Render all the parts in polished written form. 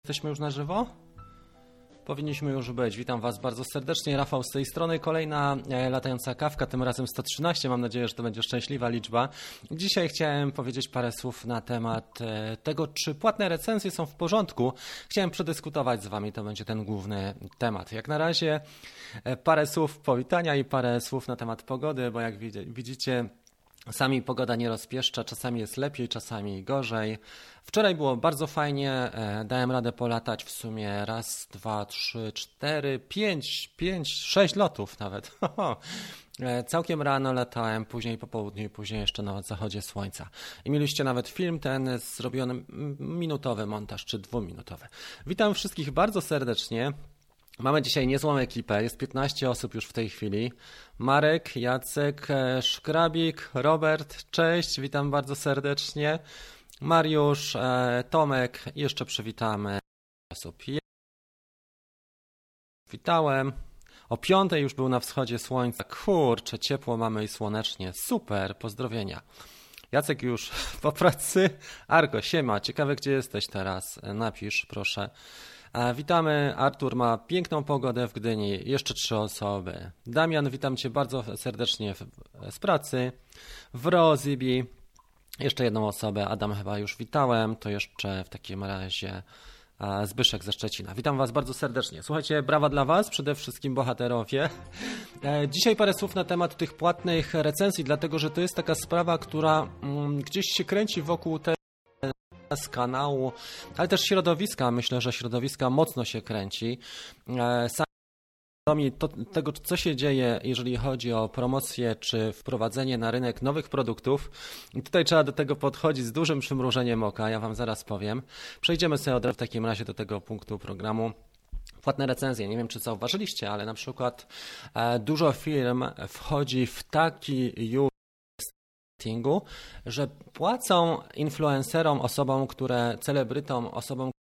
Jesteśmy już na żywo? Powinniśmy już być. Witam Was bardzo serdecznie. Rafał z tej strony. Kolejna latająca kawka, tym razem 113. Mam nadzieję, że to będzie szczęśliwa liczba. Dzisiaj chciałem powiedzieć parę słów na temat tego, czy płatne recenzje są w porządku. Chciałem przedyskutować z Wami, to będzie ten główny temat. Jak na razie parę słów powitania i parę słów na temat pogody, bo jak widzicie, czasami pogoda nie rozpieszcza, czasami jest lepiej, czasami gorzej. Wczoraj było bardzo fajnie, dałem radę polatać w sumie raz, dwa, trzy, cztery, pięć, 6 lotów nawet. Całkiem rano latałem, później po południu i później jeszcze na zachodzie słońca. I mieliście nawet film ten zrobiony minutowy montaż, czy 2-minutowy. Witam wszystkich bardzo serdecznie. Mamy dzisiaj niezłą ekipę, jest 15 osób już w tej chwili. Marek, Jacek, Szkrabik, Robert, cześć, witam bardzo serdecznie. Mariusz, Tomek, jeszcze przywitamy osób. Witałem. O 5:00 już był na wschodzie słońca. Kurczę, ciepło mamy i słonecznie. Super, pozdrowienia. Jacek już po pracy. Argo, siema, ciekawe gdzie jesteś teraz. Napisz proszę. Witamy, Artur ma piękną pogodę w Gdyni, jeszcze 3 osoby. Damian, witam Cię bardzo serdecznie z pracy. Wrozibi, jeszcze 1 osobę, Adam chyba już witałem, to jeszcze w takim razie Zbyszek ze Szczecina. Witam Was bardzo serdecznie. Słuchajcie, brawa dla Was, przede wszystkim bohaterowie. Dzisiaj parę słów na temat tych płatnych recenzji, dlatego że to jest taka sprawa, która gdzieś się kręci wokół z kanału, ale też środowiska. Myślę, że środowiska mocno się kręci. Tego, co się dzieje, jeżeli chodzi o promocję czy wprowadzenie na rynek nowych produktów. I tutaj trzeba do tego podchodzić z dużym przymrużeniem oka, ja Wam zaraz powiem. Przejdziemy sobie od razu w takim razie do tego punktu programu. Płatne recenzje. Nie wiem, czy zauważyliście, ale na przykład dużo firm wchodzi w taki już że płacą influencerom, celebrytom, osobom,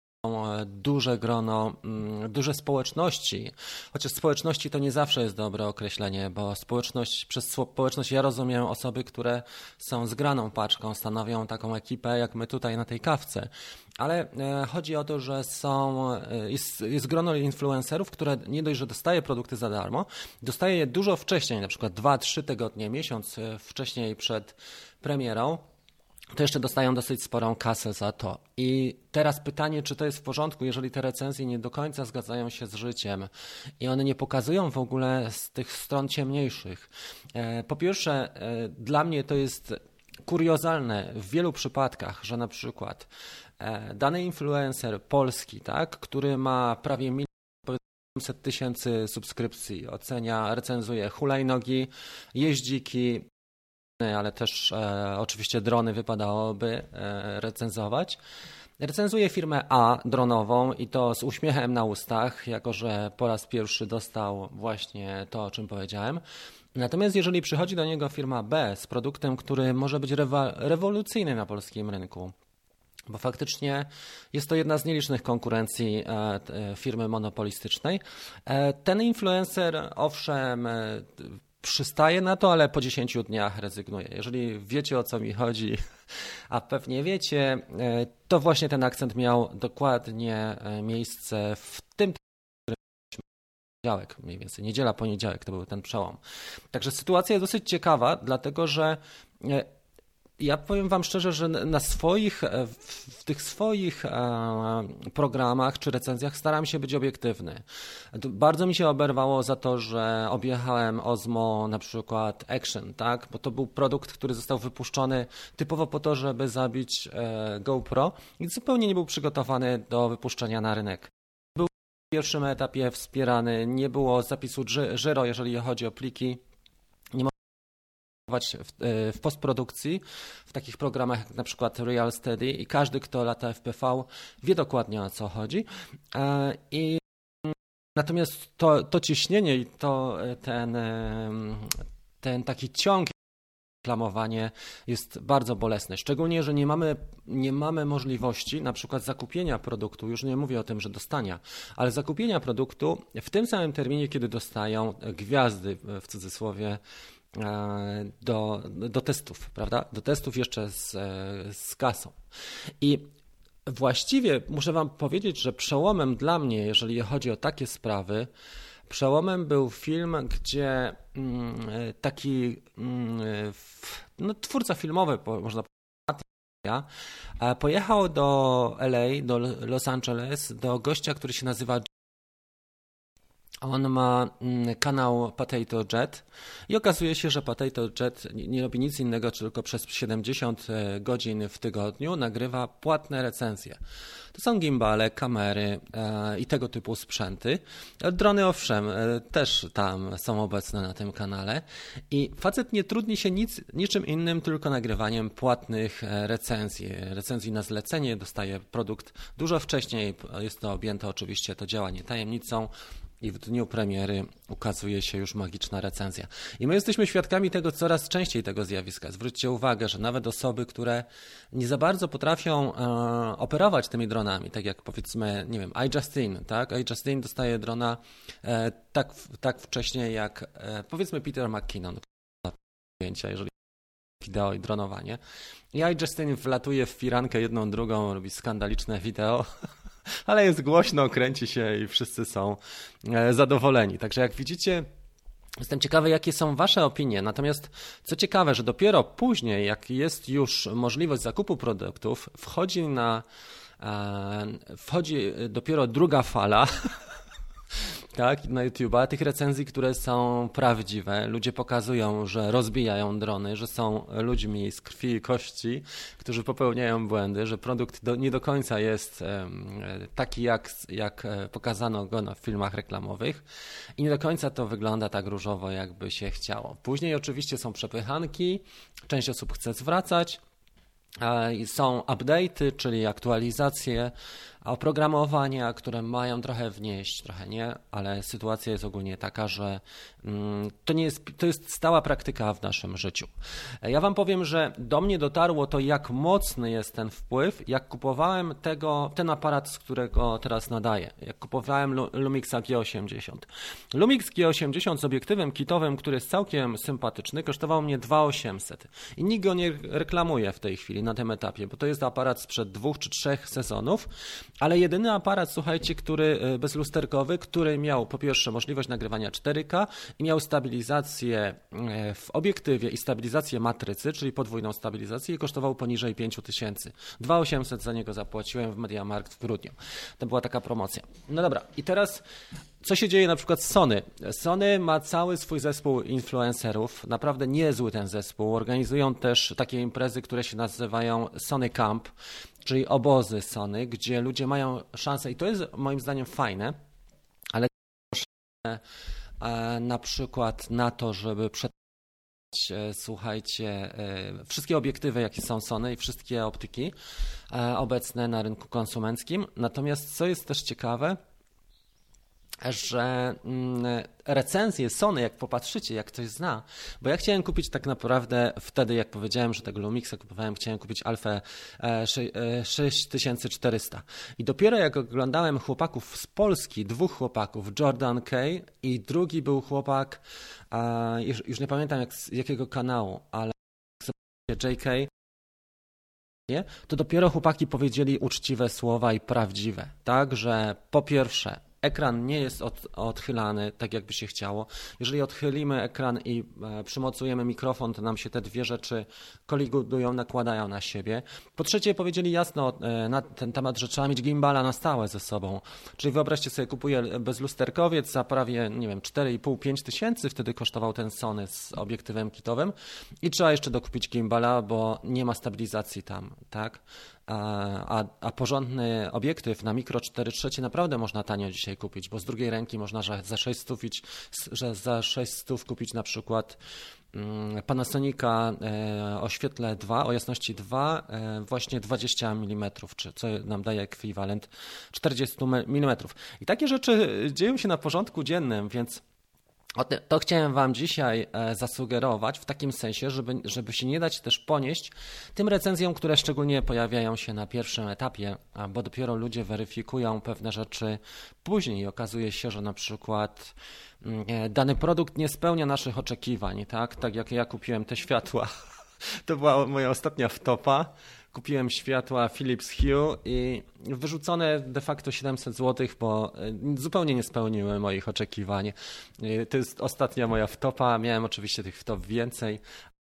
duże grono, duże społeczności, chociaż społeczności to nie zawsze jest dobre określenie, bo przez społeczność ja rozumiem osoby, które są zgraną paczką, stanowią taką ekipę jak my tutaj na tej kawce, ale chodzi o to, że jest grono influencerów, które nie dość, że dostaje produkty za darmo, dostaje je dużo wcześniej, na przykład 2-3 tygodnie, miesiąc wcześniej przed premierą, to jeszcze dostają dosyć sporą kasę za to. I teraz pytanie, czy to jest w porządku, jeżeli te recenzje nie do końca zgadzają się z życiem i one nie pokazują w ogóle z tych stron ciemniejszych. Po pierwsze, dla mnie to jest kuriozalne w wielu przypadkach, że na przykład dany influencer polski, tak, który ma prawie 100 000 subskrypcji, recenzuje hulajnogi, jeździki, ale też oczywiście drony wypadałoby recenzować. Recenzuje firmę A dronową i to z uśmiechem na ustach, jako że po raz pierwszy dostał właśnie to, o czym powiedziałem. Natomiast jeżeli przychodzi do niego firma B z produktem, który może być rewolucyjny na polskim rynku, bo faktycznie jest to jedna z nielicznych konkurencji firmy monopolistycznej, ten influencer owszem przystaje na to, ale po 10 dniach rezygnuje. Jeżeli wiecie, o co mi chodzi, a pewnie wiecie, to właśnie ten akcent miał dokładnie miejsce w tym poniedziałek, mniej więcej niedziela, poniedziałek to był ten przełom. Także sytuacja jest dosyć ciekawa, dlatego że ja powiem Wam szczerze, że w tych swoich programach czy recenzjach staram się być obiektywny. Bardzo mi się oberwało za to, że objechałem Osmo na przykład Action, tak? Bo to był produkt, który został wypuszczony typowo po to, żeby zabić GoPro i zupełnie nie był przygotowany do wypuszczenia na rynek. Był w pierwszym etapie wspierany, nie było zapisu Giro, jeżeli chodzi o pliki. W postprodukcji, w takich programach jak na przykład Real Steady i każdy, kto lata FPV, wie dokładnie, o co chodzi. Natomiast to ciśnienie i ten taki ciąg, reklamowanie jest bardzo bolesne. Szczególnie, że nie mamy możliwości na przykład zakupienia produktu, już nie mówię o tym, że dostania, ale zakupienia produktu w tym samym terminie, kiedy dostają gwiazdy, w cudzysłowie, do testów, prawda? Do testów jeszcze z kasą. I Właściwie muszę wam powiedzieć, że przełomem dla mnie, jeżeli chodzi o takie sprawy, przełomem był film, gdzie taki twórca filmowy, można powiedzieć, pojechał do LA, do Los Angeles, do gościa, który się nazywa. On ma kanał Potato Jet i okazuje się, że Potato Jet nie robi nic innego, tylko przez 70 godzin w tygodniu nagrywa płatne recenzje. To są gimbale, kamery i tego typu sprzęty. Drony owszem, też tam są obecne na tym kanale i facet nie trudni się niczym innym, tylko nagrywaniem płatnych recenzji na zlecenie, dostaje produkt dużo wcześniej, jest to objęte oczywiście to działanie tajemnicą. I w dniu premiery ukazuje się już magiczna recenzja. I my jesteśmy świadkami tego coraz częściej tego zjawiska. Zwróćcie uwagę, że nawet osoby, które nie za bardzo potrafią operować tymi dronami, tak jak powiedzmy, nie wiem, iJustine, tak? iJustine dostaje drona tak wcześnie jak powiedzmy Peter McKinnon, jeżeli wideo i dronowanie. I iJustine wlatuje w firankę jedną, drugą, robi skandaliczne wideo, ale jest głośno, kręci się i wszyscy są zadowoleni. Także jak widzicie, jestem ciekawy, jakie są wasze opinie. Natomiast co ciekawe, że dopiero później, jak jest już możliwość zakupu produktów, wchodzi dopiero druga fala, tak, na YouTube'a, tych recenzji, które są prawdziwe. Ludzie pokazują, że rozbijają drony, że są ludźmi z krwi i kości, którzy popełniają błędy, że produkt nie do końca jest taki, jak pokazano go w filmach reklamowych i nie do końca to wygląda tak różowo, jakby się chciało. Później oczywiście są przepychanki, część osób chce zwracać, są update'y, czyli aktualizacje oprogramowania, które mają trochę wnieść, trochę nie, ale sytuacja jest ogólnie taka, że to jest stała praktyka w naszym życiu. Ja wam powiem, że do mnie dotarło to, jak mocny jest ten wpływ, jak kupowałem ten aparat, z którego teraz nadaję, jak kupowałem Lumixa G80. Lumix G80 z obiektywem kitowym, który jest całkiem sympatyczny, kosztował mnie 2800 i nikt go nie reklamuje w tej chwili na tym etapie, bo to jest aparat sprzed 2 czy 3 sezonów, ale jedyny aparat, słuchajcie, bezlusterkowy, który miał po pierwsze możliwość nagrywania 4K i miał stabilizację w obiektywie i stabilizację matrycy, czyli podwójną stabilizację i kosztował poniżej 5000. 2800 za niego zapłaciłem w MediaMarkt w grudniu. To była taka promocja. No dobra, i teraz co się dzieje na przykład z Sony? Sony ma cały swój zespół influencerów, naprawdę niezły ten zespół. Organizują też takie imprezy, które się nazywają Sony Camp, czyli obozy Sony, gdzie ludzie mają szansę, i to jest moim zdaniem fajne, ale na przykład na to, żeby słuchajcie, wszystkie obiektywy, jakie są Sony i wszystkie optyki obecne na rynku konsumenckim. Natomiast co jest też ciekawe, że recenzje Sony, jak popatrzycie, jak ktoś zna, bo ja chciałem kupić tak naprawdę wtedy, jak powiedziałem, że tego Lumixa kupowałem, chciałem kupić Alfę 6400 i dopiero jak oglądałem chłopaków z Polski, 2 chłopaków, Jordan K i drugi był chłopak, już nie pamiętam z jakiego kanału, ale JK, to dopiero chłopaki powiedzieli uczciwe słowa i prawdziwe, tak, że po pierwsze ekran nie jest odchylany tak, jakby się chciało. Jeżeli odchylimy ekran i przymocujemy mikrofon, to nam się te dwie rzeczy kolidują, nakładają na siebie. Po trzecie powiedzieli jasno na ten temat, że trzeba mieć gimbala na stałe ze sobą. Czyli wyobraźcie sobie, kupuję bezlusterkowiec za prawie, nie wiem, 4,5-5 tysięcy, wtedy kosztował ten Sony z obiektywem kitowym i trzeba jeszcze dokupić gimbala, bo nie ma stabilizacji tam, tak? A porządny obiektyw na mikro 4/3 naprawdę można tanio dzisiaj kupić, bo z drugiej ręki można za 600 kupić na przykład Panasonica o świetle 2, o jasności 2, właśnie 20 mm, co nam daje ekwiwalent 40 mm. I takie rzeczy dzieją się na porządku dziennym, więc to chciałem wam dzisiaj zasugerować w takim sensie, żeby się nie dać też ponieść tym recenzjom, które szczególnie pojawiają się na pierwszym etapie, bo dopiero ludzie weryfikują pewne rzeczy później i okazuje się, że na przykład dany produkt nie spełnia naszych oczekiwań, tak jak ja kupiłem te światła. To była moja ostatnia wtopa. kupiłem światła Philips Hue i wyrzucone de facto 700 zł, bo zupełnie nie spełniły moich oczekiwań. To jest ostatnia moja wtopa, miałem oczywiście tych wtop więcej,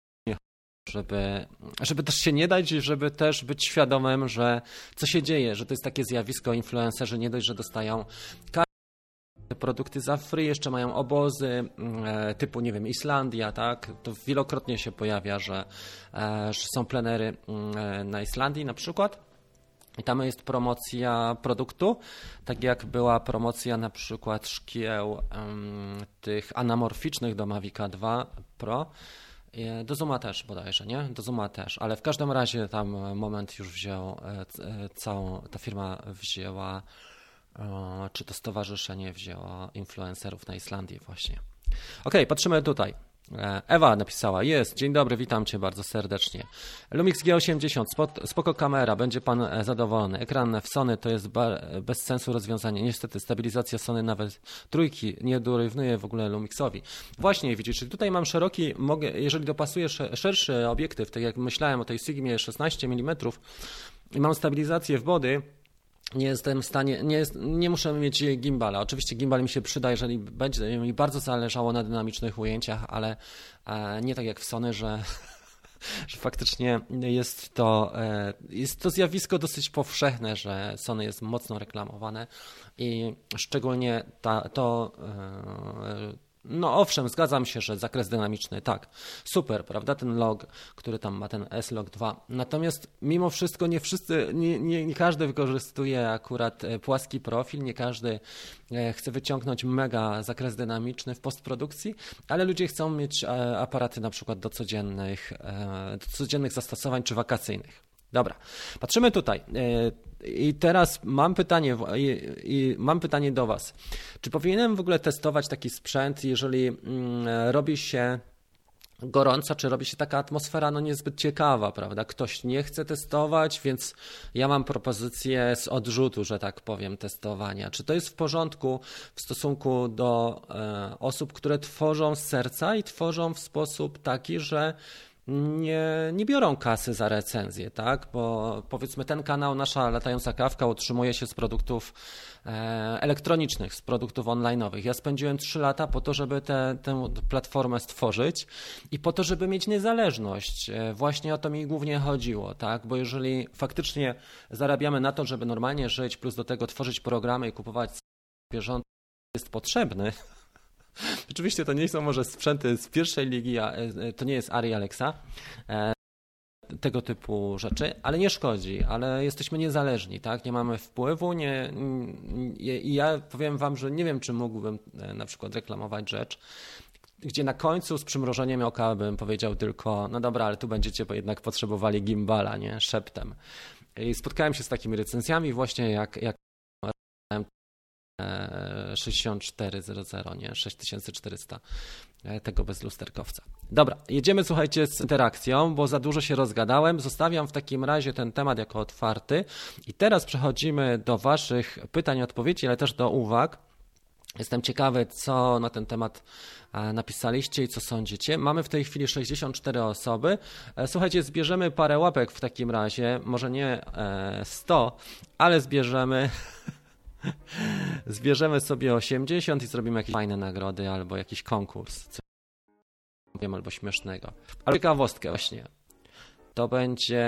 żeby też się nie dać, żeby też być świadomym, że co się dzieje, że to jest takie zjawisko, influencerzy nie dość, że dostają produkty za free, jeszcze mają obozy typu, nie wiem, Islandia, tak? To wielokrotnie się pojawia, że są plenery na Islandii na przykład i tam jest promocja produktu, tak jak była promocja na przykład szkieł tych anamorficznych do Mavica 2 Pro. Do Zooma też bodajże, nie? Do Zooma też, ale w każdym razie tam Moment już wziął ta firma wzięła, czy to stowarzyszenie wzięło influencerów na Islandii właśnie. Okej, patrzymy tutaj. Ewa napisała, dzień dobry, witam Cię bardzo serdecznie. Lumix G80, spoko kamera, będzie Pan zadowolony. Ekran w Sony to jest bez sensu rozwiązanie. Niestety stabilizacja Sony nawet trójki nie dorównuje w ogóle Lumixowi. Właśnie widzisz, czyli tutaj mam szeroki, jeżeli dopasuję szerszy obiektyw, tak jak myślałem o tej Sigmie 16 mm i mam stabilizację w body, nie jestem w stanie, nie muszę mieć gimbala. Oczywiście gimbal mi się przyda, jeżeli będzie mi bardzo zależało na dynamicznych ujęciach, ale nie tak jak w Sony, że faktycznie jest to zjawisko dosyć powszechne, że Sony jest mocno reklamowane i szczególnie no owszem, zgadzam się, że zakres dynamiczny, tak, super, prawda, ten log, który tam ma ten S-Log 2, natomiast mimo wszystko nie każdy wykorzystuje akurat płaski profil, nie każdy chce wyciągnąć mega zakres dynamiczny w postprodukcji, ale ludzie chcą mieć aparaty na przykład do codziennych zastosowań czy wakacyjnych. Dobra, patrzymy tutaj i teraz mam pytanie do Was. Czy powinienem w ogóle testować taki sprzęt, jeżeli robi się gorąco, czy robi się taka atmosfera niezbyt ciekawa, prawda? Ktoś nie chce testować, więc ja mam propozycję z odrzutu, że tak powiem, testowania. Czy to jest w porządku w stosunku do osób, które tworzą z serca i tworzą w sposób taki, że nie biorą kasy za recenzję, tak? Bo powiedzmy ten kanał, nasza latająca kawka utrzymuje się z produktów elektronicznych, z produktów online'owych. Ja spędziłem 3 lata po to, żeby tę platformę stworzyć i po to, żeby mieć niezależność. Właśnie o to mi głównie chodziło, tak? Bo jeżeli faktycznie zarabiamy na to, żeby normalnie żyć, plus do tego tworzyć programy i kupować bieżąco jest potrzebny. Oczywiście to nie są może sprzęty z pierwszej ligi, to nie jest Ari Alexa, tego typu rzeczy, ale nie szkodzi, ale jesteśmy niezależni, tak? Nie mamy wpływu i ja powiem Wam, że nie wiem, czy mógłbym na przykład reklamować rzecz, gdzie na końcu z przymrożeniem oka bym powiedział tylko, no dobra, ale tu będziecie jednak potrzebowali gimbala, nie? Szeptem. I spotkałem się z takimi recenzjami właśnie jak 6400, nie? 6400 tego bez lusterkowca. Dobra, jedziemy, słuchajcie, z interakcją, bo za dużo się rozgadałem. Zostawiam w takim razie ten temat jako otwarty i teraz przechodzimy do Waszych pytań i odpowiedzi, ale też do uwag. Jestem ciekawy, co na ten temat napisaliście i co sądzicie. Mamy w tej chwili 64 osoby. Słuchajcie, zbierzemy parę łapek w takim razie, może nie 100, ale zbierzemy sobie 80 i zrobimy jakieś fajne nagrody albo jakiś konkurs, co wiem, albo śmiesznego. Ale ciekawostkę właśnie. To będzie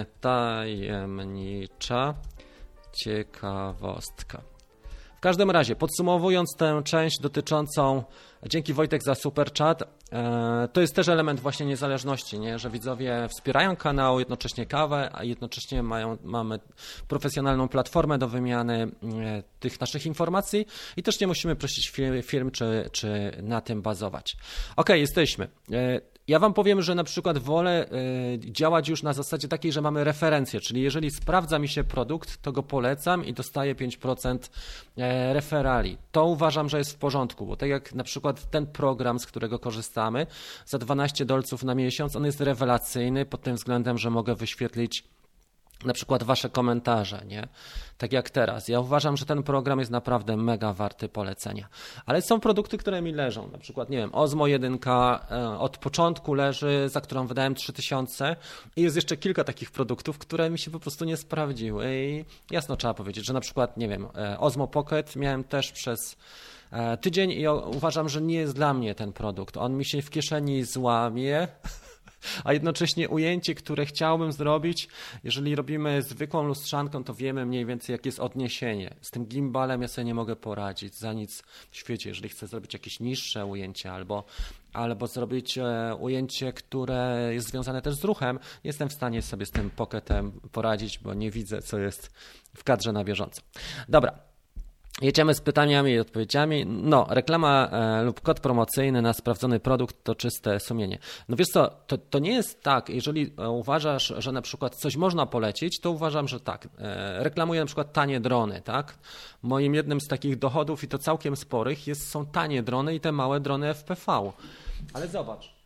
tajemnicza ciekawostka. W każdym razie, podsumowując tę część dotyczącą, dzięki Wojtek za super chat, to jest też element właśnie niezależności, nie? Że widzowie wspierają kanał, jednocześnie kawę, a jednocześnie mamy profesjonalną platformę do wymiany tych naszych informacji i też nie musimy prosić firm, czy na tym bazować. Okej, jesteśmy. Ja Wam powiem, że na przykład wolę działać już na zasadzie takiej, że mamy referencję, czyli jeżeli sprawdza mi się produkt, to go polecam i dostaję 5% referali. To uważam, że jest w porządku, bo tak jak na przykład ten program, z którego korzystamy, za $12 na miesiąc, on jest rewelacyjny pod tym względem, że mogę wyświetlić na przykład wasze komentarze, nie? Tak jak teraz. Ja uważam, że ten program jest naprawdę mega warty polecenia. Ale są produkty, które mi leżą. Na przykład, nie wiem, Ozmo 1 od początku leży, za którą wydałem 3000 i jest jeszcze kilka takich produktów, które mi się po prostu nie sprawdziły i jasno trzeba powiedzieć, że na przykład, nie wiem, Ozmo Pocket miałem też przez tydzień i uważam, że nie jest dla mnie ten produkt. On mi się w kieszeni złamie, a jednocześnie ujęcie, które chciałbym zrobić, jeżeli robimy zwykłą lustrzanką, to wiemy mniej więcej, jakie jest odniesienie. Z tym gimbalem ja sobie nie mogę poradzić za nic w świecie. Jeżeli chcę zrobić jakieś niższe ujęcie albo zrobić ujęcie, które jest związane też z ruchem, nie jestem w stanie sobie z tym Pocketem poradzić, bo nie widzę, co jest w kadrze na bieżąco. Dobra. Jedziemy z pytaniami i odpowiedziami. No, reklama lub kod promocyjny na sprawdzony produkt to czyste sumienie. No wiesz co, to nie jest tak, jeżeli uważasz, że na przykład coś można polecić, to uważam, że tak. Reklamuję na przykład tanie drony, tak? Moim jednym z takich dochodów i to całkiem sporych są tanie drony i te małe drony FPV. Ale zobacz.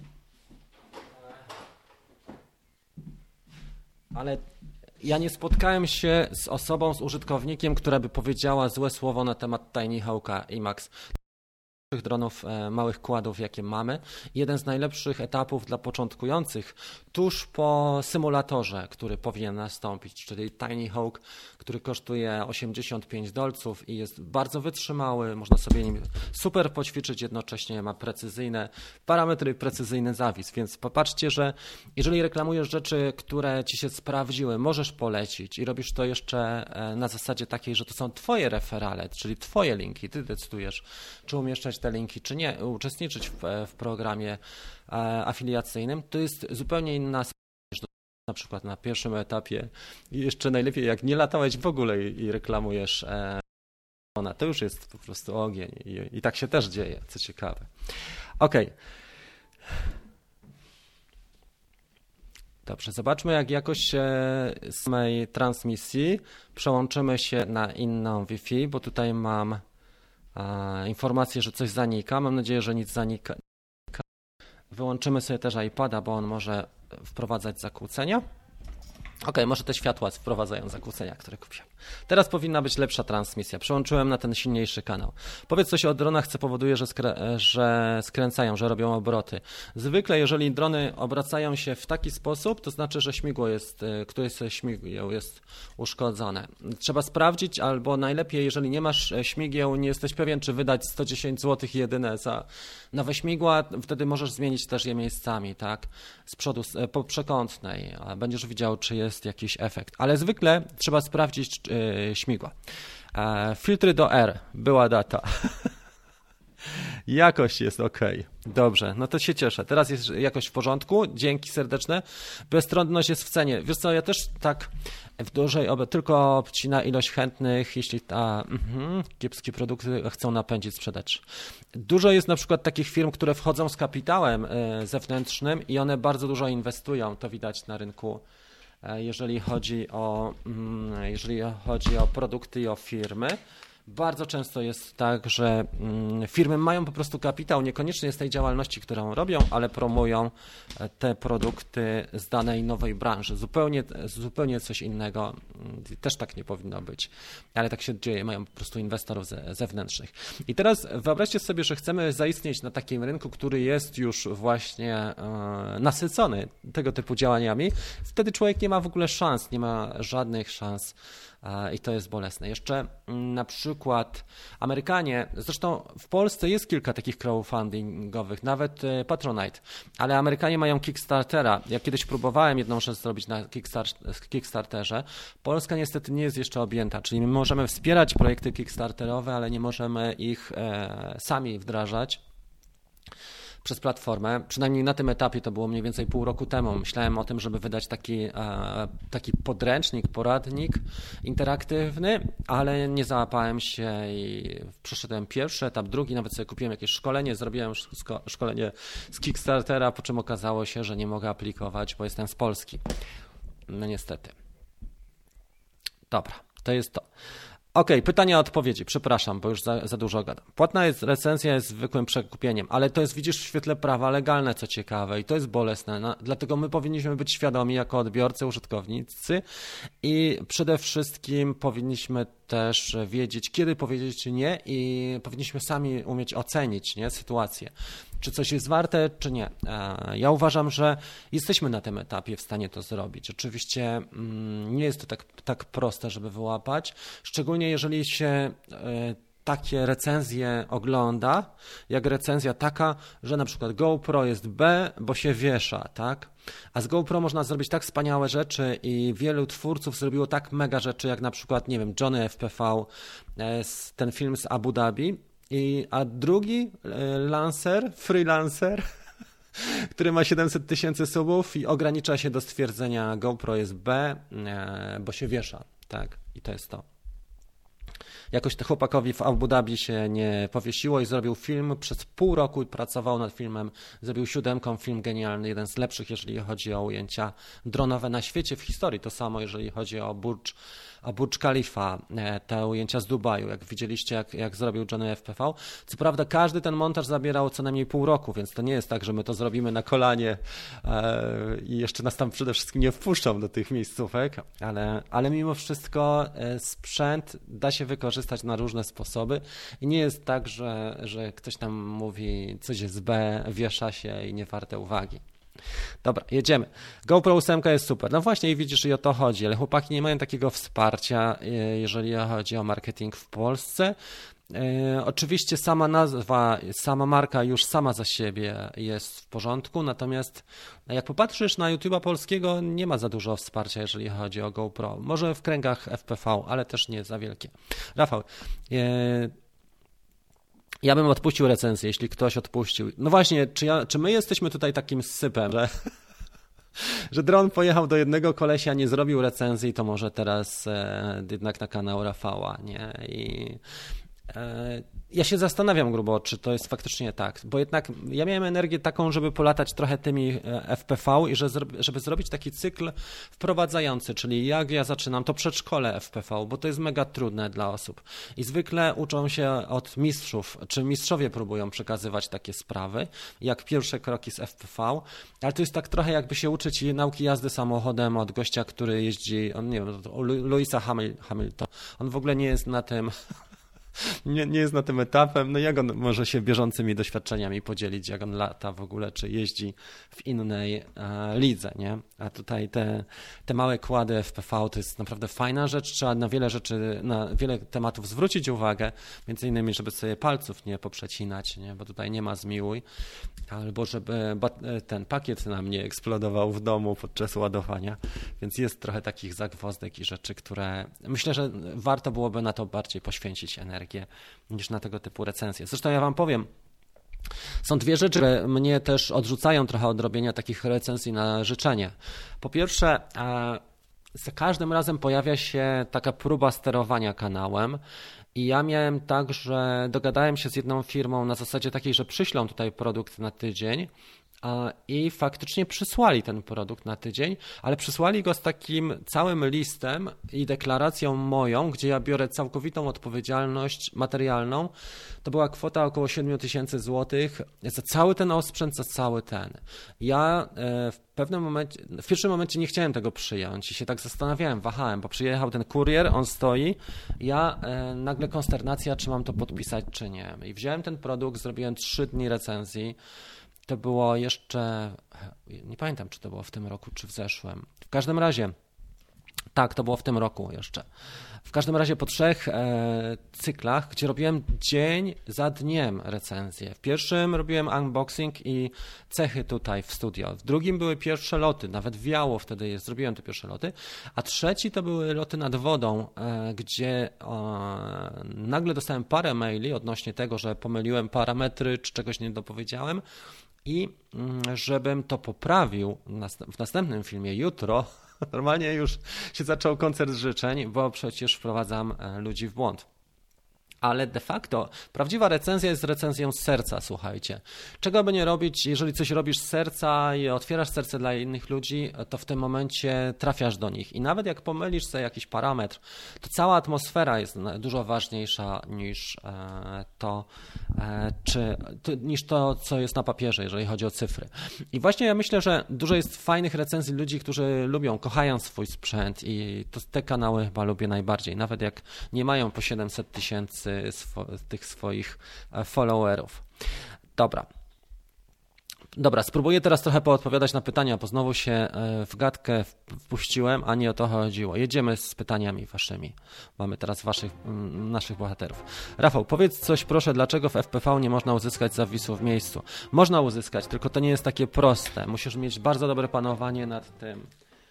Ale ja nie spotkałem się z osobą, z użytkownikiem, która by powiedziała złe słowo na temat Tiny Hawka IMAX. Dronów, małych kładów, jakie mamy. Jeden z najlepszych etapów dla początkujących tuż po symulatorze, który powinien nastąpić, czyli Tiny Hawk, który kosztuje $85 i jest bardzo wytrzymały, można sobie nim super poćwiczyć, jednocześnie ma precyzyjne parametry, precyzyjny zawis, więc popatrzcie, że jeżeli reklamujesz rzeczy, które ci się sprawdziły, możesz polecić i robisz to jeszcze na zasadzie takiej, że to są twoje referale, czyli twoje linki, ty decydujesz, czy umieszczać te linki, czy nie, uczestniczyć w programie afiliacyjnym, to jest zupełnie inna sprawa niż na przykład na pierwszym etapie i jeszcze najlepiej jak nie latałeś w ogóle i reklamujesz to już jest po prostu ogień i tak się też dzieje, co ciekawe. Okej. Dobrze, zobaczmy jak jakość samej transmisji. Przełączymy się na inną Wi-Fi, bo tutaj mam informację, że coś zanika. Mam nadzieję, że nic zanika. Wyłączymy sobie też iPada, bo on może wprowadzać zakłócenia. Ok, może te światła wprowadzają zakłócenia, które kupiłem. Teraz powinna być lepsza transmisja. Przełączyłem na ten silniejszy kanał. Powiedz coś o dronach, co powoduje, że skręcają, że robią obroty. Zwykle, jeżeli drony obracają się w taki sposób, to znaczy, że śmigło któreś śmigieł jest uszkodzone. Trzeba sprawdzić, albo najlepiej, jeżeli nie masz śmigieł, nie jesteś pewien, czy wydać 110 zł jedyne za nowe śmigła, wtedy możesz zmienić też je miejscami, tak? Z przodu, po przekątnej. Będziesz widział, czy jest jakiś efekt. Ale zwykle trzeba sprawdzić śmigła. Filtry do R. Była data. Jakość jest ok. Dobrze, no to się cieszę. Teraz jest jakość w porządku. Dzięki serdeczne. Bezstronność jest w cenie. Wiesz co, ja też tak w dużej tylko obcina ilość chętnych, jeśli kiepskie produkty chcą napędzić sprzedaż. Dużo jest na przykład takich firm, które wchodzą z kapitałem zewnętrznym i one bardzo dużo inwestują. To widać na rynku, jeżeli chodzi o produkty i o firmy. Bardzo często jest tak, że firmy mają po prostu kapitał, niekoniecznie z tej działalności, którą robią, ale promują te produkty z danej nowej branży. Zupełnie coś innego. Też tak nie powinno być, ale tak się dzieje, mają po prostu inwestorów zewnętrznych. I teraz wyobraźcie sobie, że chcemy zaistnieć na takim rynku, który jest już właśnie nasycony tego typu działaniami. Wtedy człowiek nie ma w ogóle szans, nie ma żadnych szans. I to jest bolesne. Jeszcze na przykład Amerykanie, zresztą w Polsce jest kilka takich crowdfundingowych, nawet Patronite, ale Amerykanie mają Kickstartera. Ja kiedyś próbowałem jedną rzecz zrobić na Kickstarterze. Polska niestety nie jest jeszcze objęta, czyli my możemy wspierać projekty Kickstarterowe, ale nie możemy ich sami wdrażać przez platformę. Przynajmniej na tym etapie, to było mniej więcej pół roku temu. Myślałem o tym, żeby wydać taki podręcznik, poradnik interaktywny, ale nie załapałem się i przeszedłem pierwszy etap, drugi, nawet sobie kupiłem jakieś szkolenie, zrobiłem szkolenie z Kickstartera, po czym okazało się, że nie mogę aplikować, bo jestem z Polski. No niestety. Dobra, to jest to. Okej, pytania, odpowiedzi. Przepraszam, bo już za dużo gadam. Płatna recenzja jest zwykłym przekupieniem, ale to jest, widzisz, w świetle prawa legalne, co ciekawe, i to jest bolesne. Dlatego my powinniśmy być świadomi jako odbiorcy, użytkownicy i przede wszystkim powinniśmy też wiedzieć, kiedy powiedzieć czy nie, i powinniśmy sami umieć ocenić, nie, sytuację. Czy coś jest warte, czy nie. Ja uważam, że jesteśmy na tym etapie w stanie to zrobić. Oczywiście nie jest to tak proste, żeby wyłapać, szczególnie jeżeli się takie recenzje ogląda, jak recenzja taka, że na przykład GoPro jest B, bo się wiesza, tak? A z GoPro można zrobić tak wspaniałe rzeczy i wielu twórców zrobiło tak mega rzeczy, jak na przykład, nie wiem, Johnny FPV, ten film z Abu Dhabi, a drugi freelancer, który ma 700 000 subów i ogranicza się do stwierdzenia GoPro jest B, bo się wiesza, tak? I to jest to. Jakoś to chłopakowi w Abu Dhabi się nie powiesiło i zrobił film, przez pół roku pracował nad filmem, zrobił 7, film genialny, jeden z lepszych, jeżeli chodzi o ujęcia dronowe na świecie, w historii. To samo, jeżeli chodzi o Burj Khalifa, te ujęcia z Dubaju, jak widzieliście, jak zrobił Johnny FPV. Co prawda każdy ten montaż zabierał co najmniej pół roku, więc to nie jest tak, że my to zrobimy na kolanie i jeszcze nas tam przede wszystkim nie wpuszczą do tych miejscówek, ale mimo wszystko sprzęt da się wykorzystać na różne sposoby i nie jest tak, że ktoś tam mówi coś jest B, wiesza się i nie warte uwagi. Dobra, jedziemy. GoPro 8 jest super. No właśnie, i widzisz, i o to chodzi, ale chłopaki nie mają takiego wsparcia, jeżeli chodzi o marketing w Polsce. Oczywiście sama nazwa, sama marka już sama za siebie jest w porządku, natomiast jak popatrzysz na YouTube'a polskiego, nie ma za dużo wsparcia, jeżeli chodzi o GoPro. Może w kręgach FPV, ale też nie za wielkie. Rafał, ja bym odpuścił recenzję, jeśli ktoś odpuścił. No właśnie, czy my jesteśmy tutaj takim sypem, że dron pojechał do jednego kolesia, nie zrobił recenzji, to może teraz jednak na kanał Rafała, nie? Ja się zastanawiam grubo, czy to jest faktycznie tak, bo jednak ja miałem energię taką, żeby polatać trochę tymi FPV i żeby zrobić taki cykl wprowadzający, czyli jak ja zaczynam to przedszkole FPV, bo to jest mega trudne dla osób i zwykle uczą się od mistrzów, czy mistrzowie próbują przekazywać takie sprawy, jak pierwsze kroki z FPV, ale to jest tak trochę jakby się uczyć nauki jazdy samochodem od gościa, który jeździ, on nie wiem, Louisa Hamilton, on w ogóle nie jest na tym... Nie jest na tym etapem, no jak on może się bieżącymi doświadczeniami podzielić, jak on lata w ogóle, czy jeździ w innej lidze, nie? A tutaj te małe kłady FPV to jest naprawdę fajna rzecz, trzeba na wiele rzeczy, na wiele tematów zwrócić uwagę, między innymi, żeby sobie palców nie poprzecinać, nie? Bo tutaj nie ma zmiłuj, albo żeby ten pakiet nam nie eksplodował w domu podczas ładowania, więc jest trochę takich zagwozdek i rzeczy, które myślę, że warto byłoby na to bardziej poświęcić energię niż na tego typu recenzje. Zresztą ja wam powiem, są dwie rzeczy, które mnie też odrzucają trochę od robienia takich recenzji na życzenie. Po pierwsze, za każdym razem pojawia się taka próba sterowania kanałem i ja miałem tak, że dogadałem się z jedną firmą na zasadzie takiej, że przyślą tutaj produkt na tydzień i faktycznie przysłali ten produkt na tydzień, ale przysłali go z takim całym listem i deklaracją moją, gdzie ja biorę całkowitą odpowiedzialność materialną. To była kwota około 7 000 złotych za cały ten osprzęt, za cały ten. Ja w pierwszym momencie nie chciałem tego przyjąć i się tak zastanawiałem, wahałem, bo przyjechał ten kurier, on stoi, ja nagle konsternacja, czy mam to podpisać, czy nie. I wziąłem ten produkt, zrobiłem 3 dni recenzji. To było jeszcze, nie pamiętam, czy to było w tym roku, czy w zeszłym. W każdym razie, tak, to było w tym roku jeszcze. W każdym razie po 3 cyklach, gdzie robiłem dzień za dniem recenzję. W pierwszym robiłem unboxing i cechy tutaj w studio. W drugim były pierwsze loty, nawet wiało wtedy zrobiłem te pierwsze loty. A trzeci to były loty nad wodą, gdzie nagle dostałem parę maili odnośnie tego, że pomyliłem parametry, czy czegoś nie dopowiedziałem. I żebym to poprawił w następnym filmie jutro, normalnie już się zaczął koncert życzeń, bo przecież wprowadzam ludzi w błąd. Ale de facto prawdziwa recenzja jest recenzją z serca, słuchajcie. Czego by nie robić, jeżeli coś robisz z serca i otwierasz serce dla innych ludzi, to w tym momencie trafiasz do nich. I nawet jak pomylisz sobie jakiś parametr, to cała atmosfera jest dużo ważniejsza niż to, co jest na papierze, jeżeli chodzi o cyfry. I właśnie ja myślę, że dużo jest fajnych recenzji ludzi, którzy lubią, kochają swój sprzęt i te kanały chyba lubię najbardziej. Nawet jak nie mają po 700 000 tych swoich followerów. Dobra, spróbuję teraz trochę poodpowiadać na pytania, bo znowu się w gadkę wpuściłem, a nie o to chodziło. Jedziemy z pytaniami waszymi. Mamy teraz naszych bohaterów. Rafał, powiedz coś proszę, dlaczego w FPV nie można uzyskać zawisu w miejscu? Można uzyskać, tylko to nie jest takie proste. Musisz mieć bardzo dobre panowanie nad tym.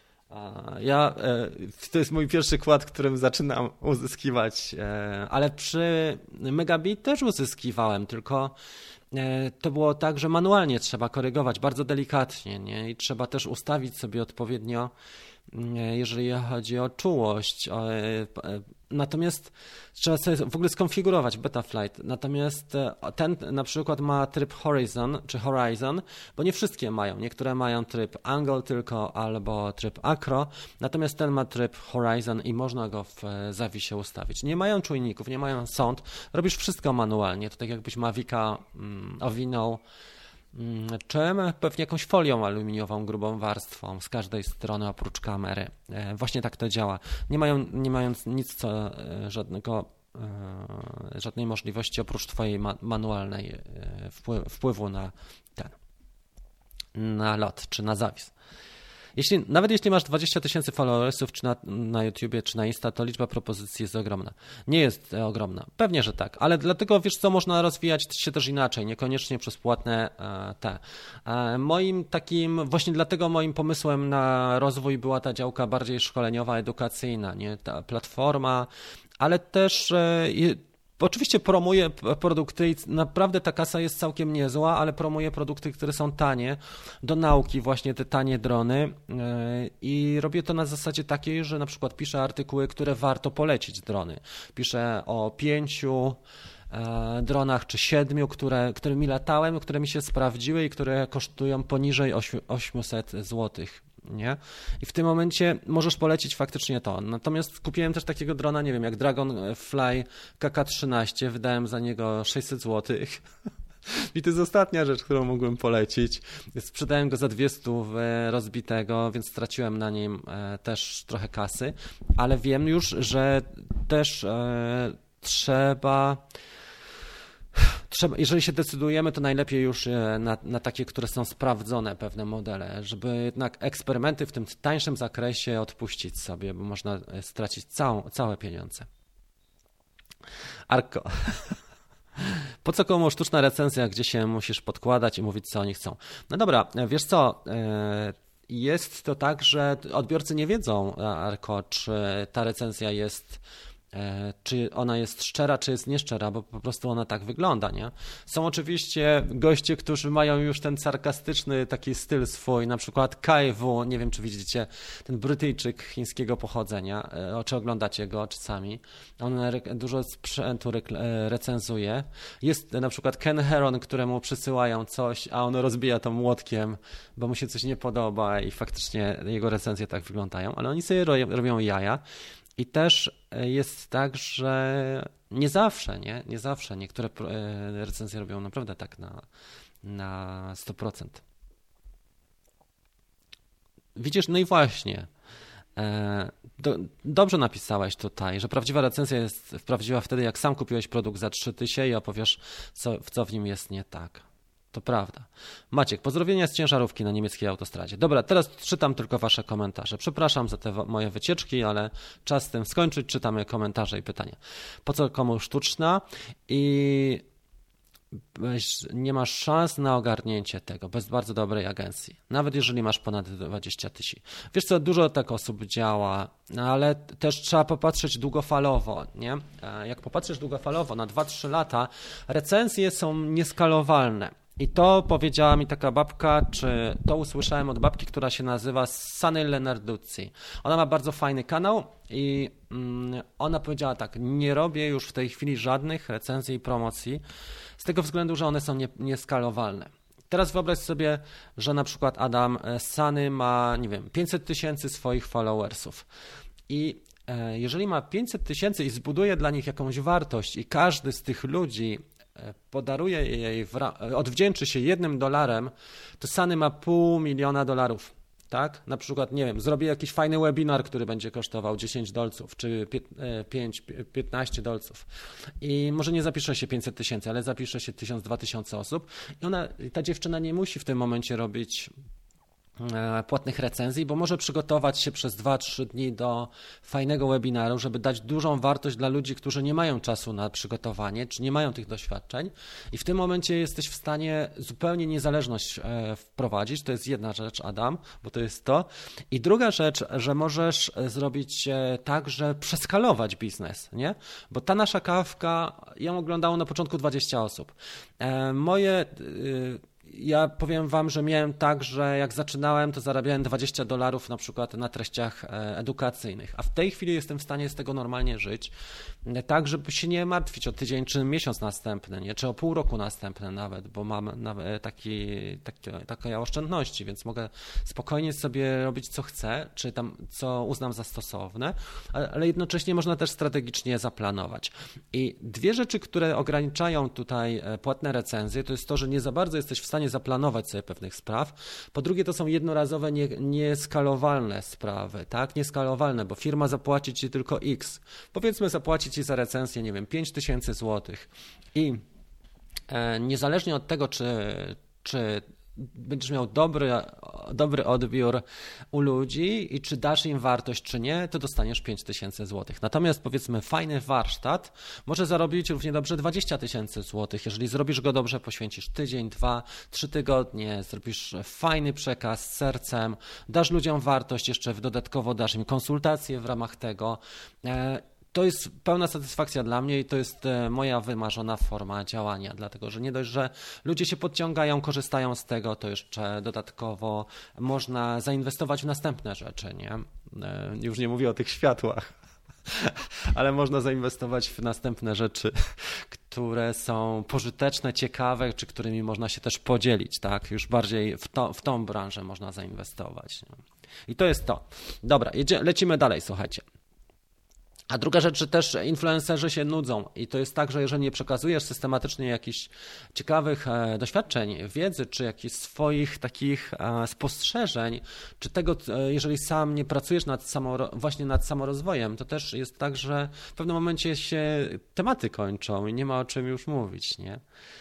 To jest mój pierwszy kład, którym zaczynam uzyskiwać, ale przy Megabit też uzyskiwałem, tylko to było tak, że manualnie trzeba korygować bardzo delikatnie, nie? I trzeba też ustawić sobie odpowiednio, jeżeli chodzi o czułość. Natomiast trzeba sobie w ogóle skonfigurować Betaflight. Natomiast ten na przykład ma tryb Horizon, bo nie wszystkie mają. Niektóre mają tryb Angle tylko albo tryb Acro, natomiast ten ma tryb Horizon i można go w zawisie ustawić. Nie mają czujników, nie mają sond, robisz wszystko manualnie. To tak jakbyś Mavica owinął czym? Pewnie jakąś folią aluminiową, grubą warstwą z każdej strony oprócz kamery. Właśnie tak to działa. Nie mając nic, żadnej możliwości oprócz twojej manualnej wpływu na lot czy na zawis. Nawet jeśli masz 20 000 followersów czy na YouTubie, czy na Insta, to liczba propozycji jest ogromna. Nie jest ogromna. Pewnie, że tak, ale dlatego wiesz co, można rozwijać się też inaczej, niekoniecznie przez płatne właśnie dlatego moim pomysłem na rozwój była ta działka bardziej szkoleniowa, edukacyjna, nie ta platforma, ale też oczywiście promuję produkty i naprawdę ta kasa jest całkiem niezła, ale promuję produkty, które są tanie, do nauki właśnie te tanie drony i robię to na zasadzie takiej, że na przykład piszę artykuły, które warto polecić drony. Piszę o 5 dronach czy 7, którymi latałem, które mi się sprawdziły i które kosztują poniżej 800 zł. Nie? I w tym momencie możesz polecić faktycznie to. Natomiast kupiłem też takiego drona, nie wiem, jak Dragonfly KK-13, wydałem za niego 600 zł. I to jest ostatnia rzecz, którą mógłbym polecić. Sprzedałem go za 200 rozbitego, więc straciłem na nim też trochę kasy, ale wiem już, że też trzeba, jeżeli się decydujemy, to najlepiej już na takie, które są sprawdzone, pewne modele, żeby jednak eksperymenty w tym tańszym zakresie odpuścić sobie, bo można stracić całe pieniądze. Arko. Po co komu sztuczna recenzja, gdzie się musisz podkładać i mówić, co oni chcą? No dobra, wiesz co, jest to tak, że odbiorcy nie wiedzą, Arko, czy ta recenzja jest, czy ona jest szczera, czy jest nieszczera, bo po prostu ona tak wygląda, nie? Są oczywiście goście, którzy mają już ten sarkastyczny taki styl swój, na przykład KW, nie wiem, czy widzicie, ten Brytyjczyk chińskiego pochodzenia, czy oglądacie go czasami, on dużo sprzętu recenzuje. Jest na przykład Ken Heron, któremu przysyłają coś, a on rozbija to młotkiem, bo mu się coś nie podoba i faktycznie jego recenzje tak wyglądają, ale oni sobie robią jaja. I też jest tak, że nie zawsze niektóre recenzje robią naprawdę tak na 100%. Widzisz, no i właśnie, dobrze napisałeś tutaj, że prawdziwa recenzja jest prawdziwa wtedy, jak sam kupiłeś produkt za 3000 i opowiesz, co w nim jest nie tak. To prawda. Maciek, pozdrowienia z ciężarówki na niemieckiej autostradzie. Dobra, teraz czytam tylko wasze komentarze. Przepraszam za te moje wycieczki, ale czas z tym skończyć. Czytamy komentarze i pytania. Po co komu sztuczna? I nie masz szans na ogarnięcie tego bez bardzo dobrej agencji. Nawet jeżeli masz ponad 20 000. Wiesz co, dużo tak osób działa, ale też trzeba popatrzeć długofalowo, nie? Jak popatrzysz długofalowo na 2-3 lata, recenzje są nieskalowalne. I to powiedziała mi taka babka, czy to usłyszałem od babki, która się nazywa Sunny Lenarduzzi. Ona ma bardzo fajny kanał i ona powiedziała tak, nie robię już w tej chwili żadnych recenzji i promocji z tego względu, że one są nieskalowalne. Teraz wyobraź sobie, że na przykład Adam Sunny ma, nie wiem, 500 000 swoich followersów i jeżeli ma 500 000 i zbuduje dla nich jakąś wartość i każdy z tych ludzi podaruje jej, odwdzięczy się $1, to Sunny ma $500 000, tak? Na przykład, nie wiem, zrobi jakiś fajny webinar, który będzie kosztował $10 czy 15 dolców i może nie zapisze się 500 000, ale zapisze się 1000-2000 osób i ta dziewczyna nie musi w tym momencie robić płatnych recenzji, bo może przygotować się przez 2-3 dni do fajnego webinaru, żeby dać dużą wartość dla ludzi, którzy nie mają czasu na przygotowanie, czy nie mają tych doświadczeń i w tym momencie jesteś w stanie zupełnie niezależność wprowadzić. To jest jedna rzecz, Adam, bo to jest to. I druga rzecz, że możesz zrobić tak, że przeskalować biznes, nie? Bo ta nasza kawka, ją oglądało na początku 20 osób. Ja powiem wam, że miałem tak, że jak zaczynałem, to zarabiałem $20 na przykład na treściach edukacyjnych, a w tej chwili jestem w stanie z tego normalnie żyć, tak żeby się nie martwić o tydzień czy miesiąc następny, nie? Czy o pół roku następny nawet, bo mam nawet takie oszczędności, więc mogę spokojnie sobie robić co chcę, czy tam co uznam za stosowne, ale jednocześnie można też strategicznie zaplanować. I dwie rzeczy, które ograniczają tutaj płatne recenzje, to jest to, że nie za bardzo jesteś w stanie zaplanować sobie pewnych spraw. Po drugie, to są jednorazowe, nieskalowalne sprawy, tak? Nieskalowalne, bo firma zapłaci ci tylko X. Powiedzmy, zapłaci ci za recenzję, nie wiem, 5000 złotych. I niezależnie od tego, czy będziesz miał dobry odbiór u ludzi i czy dasz im wartość, czy nie, to dostaniesz 5000 złotych. Natomiast powiedzmy fajny warsztat może zarobić równie dobrze 20 000 złotych. Jeżeli zrobisz go dobrze, poświęcisz tydzień, 2, 3 tygodnie, zrobisz fajny przekaz z sercem, dasz ludziom wartość, jeszcze dodatkowo dasz im konsultacje w ramach tego. To jest pełna satysfakcja dla mnie i to jest moja wymarzona forma działania, dlatego że nie dość, że ludzie się podciągają, korzystają z tego, to jeszcze dodatkowo można zainwestować w następne rzeczy, nie? Już nie mówię o tych światłach, ale można zainwestować w następne rzeczy, które są pożyteczne, ciekawe, czy którymi można się też podzielić, tak? Już bardziej w tą branżę można zainwestować. Nie? I to jest to. Dobra, lecimy dalej, słuchajcie. A druga rzecz, że też influencerzy się nudzą i to jest tak, że jeżeli nie przekazujesz systematycznie jakichś ciekawych doświadczeń, wiedzy, czy jakichś swoich takich spostrzeżeń, czy tego, jeżeli sam nie pracujesz właśnie nad samorozwojem, to też jest tak, że w pewnym momencie się tematy kończą i nie ma o czym już mówić, nie?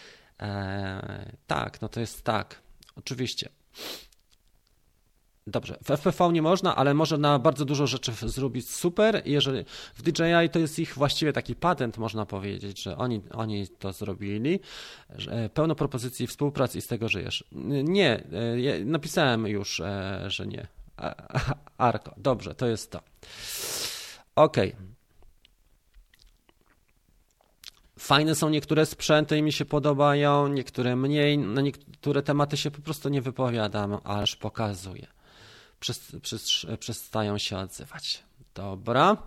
Tak, no to jest tak, oczywiście. Dobrze, w FPV nie można, ale można bardzo dużo rzeczy zrobić super. Jeżeli w DJI to jest ich właściwie taki patent, można powiedzieć, że oni to zrobili. Pełno propozycji współpracy i z tego żyjesz. Nie, napisałem już, że nie. Arko, dobrze, to jest to. Okej. Fajne są niektóre sprzęty i mi się podobają, niektóre mniej. Na niektóre tematy się po prostu nie wypowiadam, aż pokazuję. Przestają się odzywać. Dobra.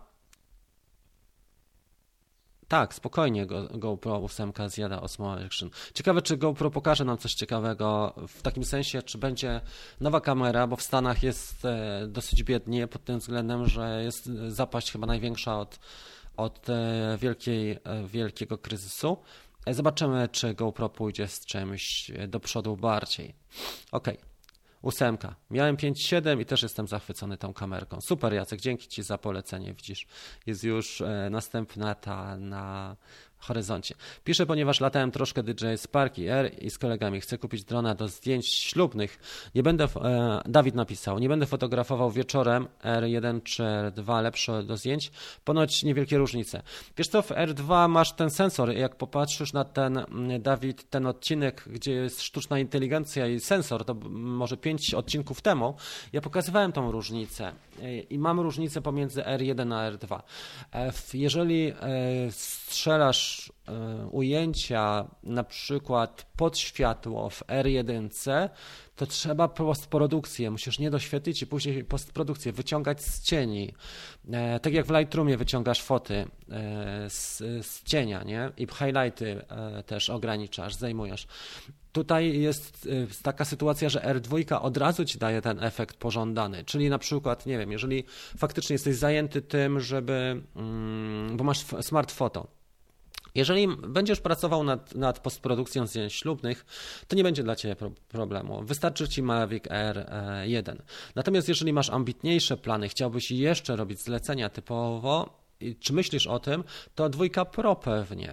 Tak, spokojnie GoPro 8 zjada Osmo Action. Ciekawe, czy GoPro pokaże nam coś ciekawego w takim sensie, czy będzie nowa kamera, bo w Stanach jest dosyć biednie pod tym względem, że jest zapaść chyba największa od wielkiego kryzysu. Zobaczymy, czy GoPro pójdzie z czymś do przodu bardziej. Okej. 8. Miałem 5.7 i też jestem zachwycony tą kamerką. Super, Jacek, dzięki Ci za polecenie. Widzisz, jest już następna ta na horyzoncie. Piszę, ponieważ latałem troszkę DJI Spark R i z kolegami. Chcę kupić drona do zdjęć ślubnych. Nie będę, Dawid napisał, nie będę fotografował wieczorem. R1 czy R2 lepsze do zdjęć. Ponoć niewielkie różnice. Wiesz co, w R2 masz ten sensor. Jak popatrzysz na ten, Dawid, ten odcinek, gdzie jest sztuczna inteligencja i sensor, to może 5 odcinków temu, ja pokazywałem tą różnicę i mam różnicę pomiędzy R1 a R2. Jeżeli strzelasz masz ujęcia na przykład pod światło w R1, to trzeba postprodukcję, musisz nie doświetlić i później postprodukcję wyciągać z cieni. Tak jak w Lightroomie wyciągasz foty z cienia, nie? I highlighty też ograniczasz, zdejmujesz. Tutaj jest taka sytuacja, że R2 od razu ci daje ten efekt pożądany, czyli na przykład, nie wiem, jeżeli faktycznie jesteś zajęty tym, bo masz smart photo, jeżeli będziesz pracował nad postprodukcją zdjęć ślubnych, to nie będzie dla Ciebie problemu. Wystarczy Ci Mavic R1. Natomiast jeżeli masz ambitniejsze plany, chciałbyś jeszcze robić zlecenia typowo, czy myślisz o tym, to 2 Pro pewnie.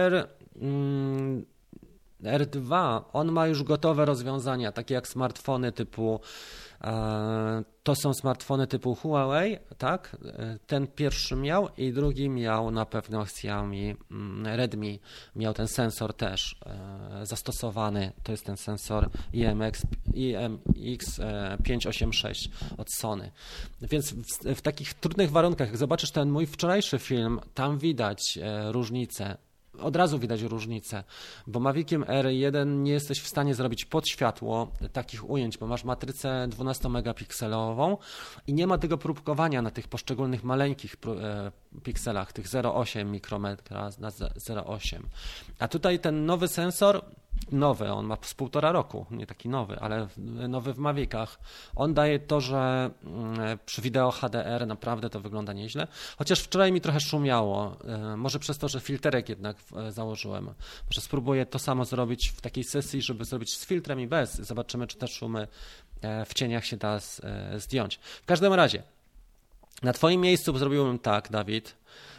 R2, on ma już gotowe rozwiązania, takie jak smartfony typu, to są smartfony typu Huawei, tak? Ten pierwszy miał i drugi miał na pewno Xiaomi, Redmi miał ten sensor też zastosowany, to jest ten sensor IMX586 od Sony. Więc w takich trudnych warunkach, jak zobaczysz ten mój wczorajszy film, tam widać różnicę. Od razu widać różnicę, bo Maviciem R1 nie jesteś w stanie zrobić pod światło takich ujęć, bo masz matrycę 12-megapikselową i nie ma tego próbkowania na tych poszczególnych maleńkich pikselach, tych 0,8 mikrometra na 0,8. A tutaj ten nowy sensor, on ma z 1,5 roku, nie taki nowy, ale nowy w Mavicach. On daje to, że przy wideo HDR naprawdę to wygląda nieźle. Chociaż wczoraj mi trochę szumiało, może przez to, że filterek jednak założyłem. Może spróbuję to samo zrobić w takiej sesji, żeby zrobić z filtrem i bez. Zobaczymy, czy te szumy w cieniach się da zdjąć. W każdym razie, na Twoim miejscu zrobiłbym tak, Dawid,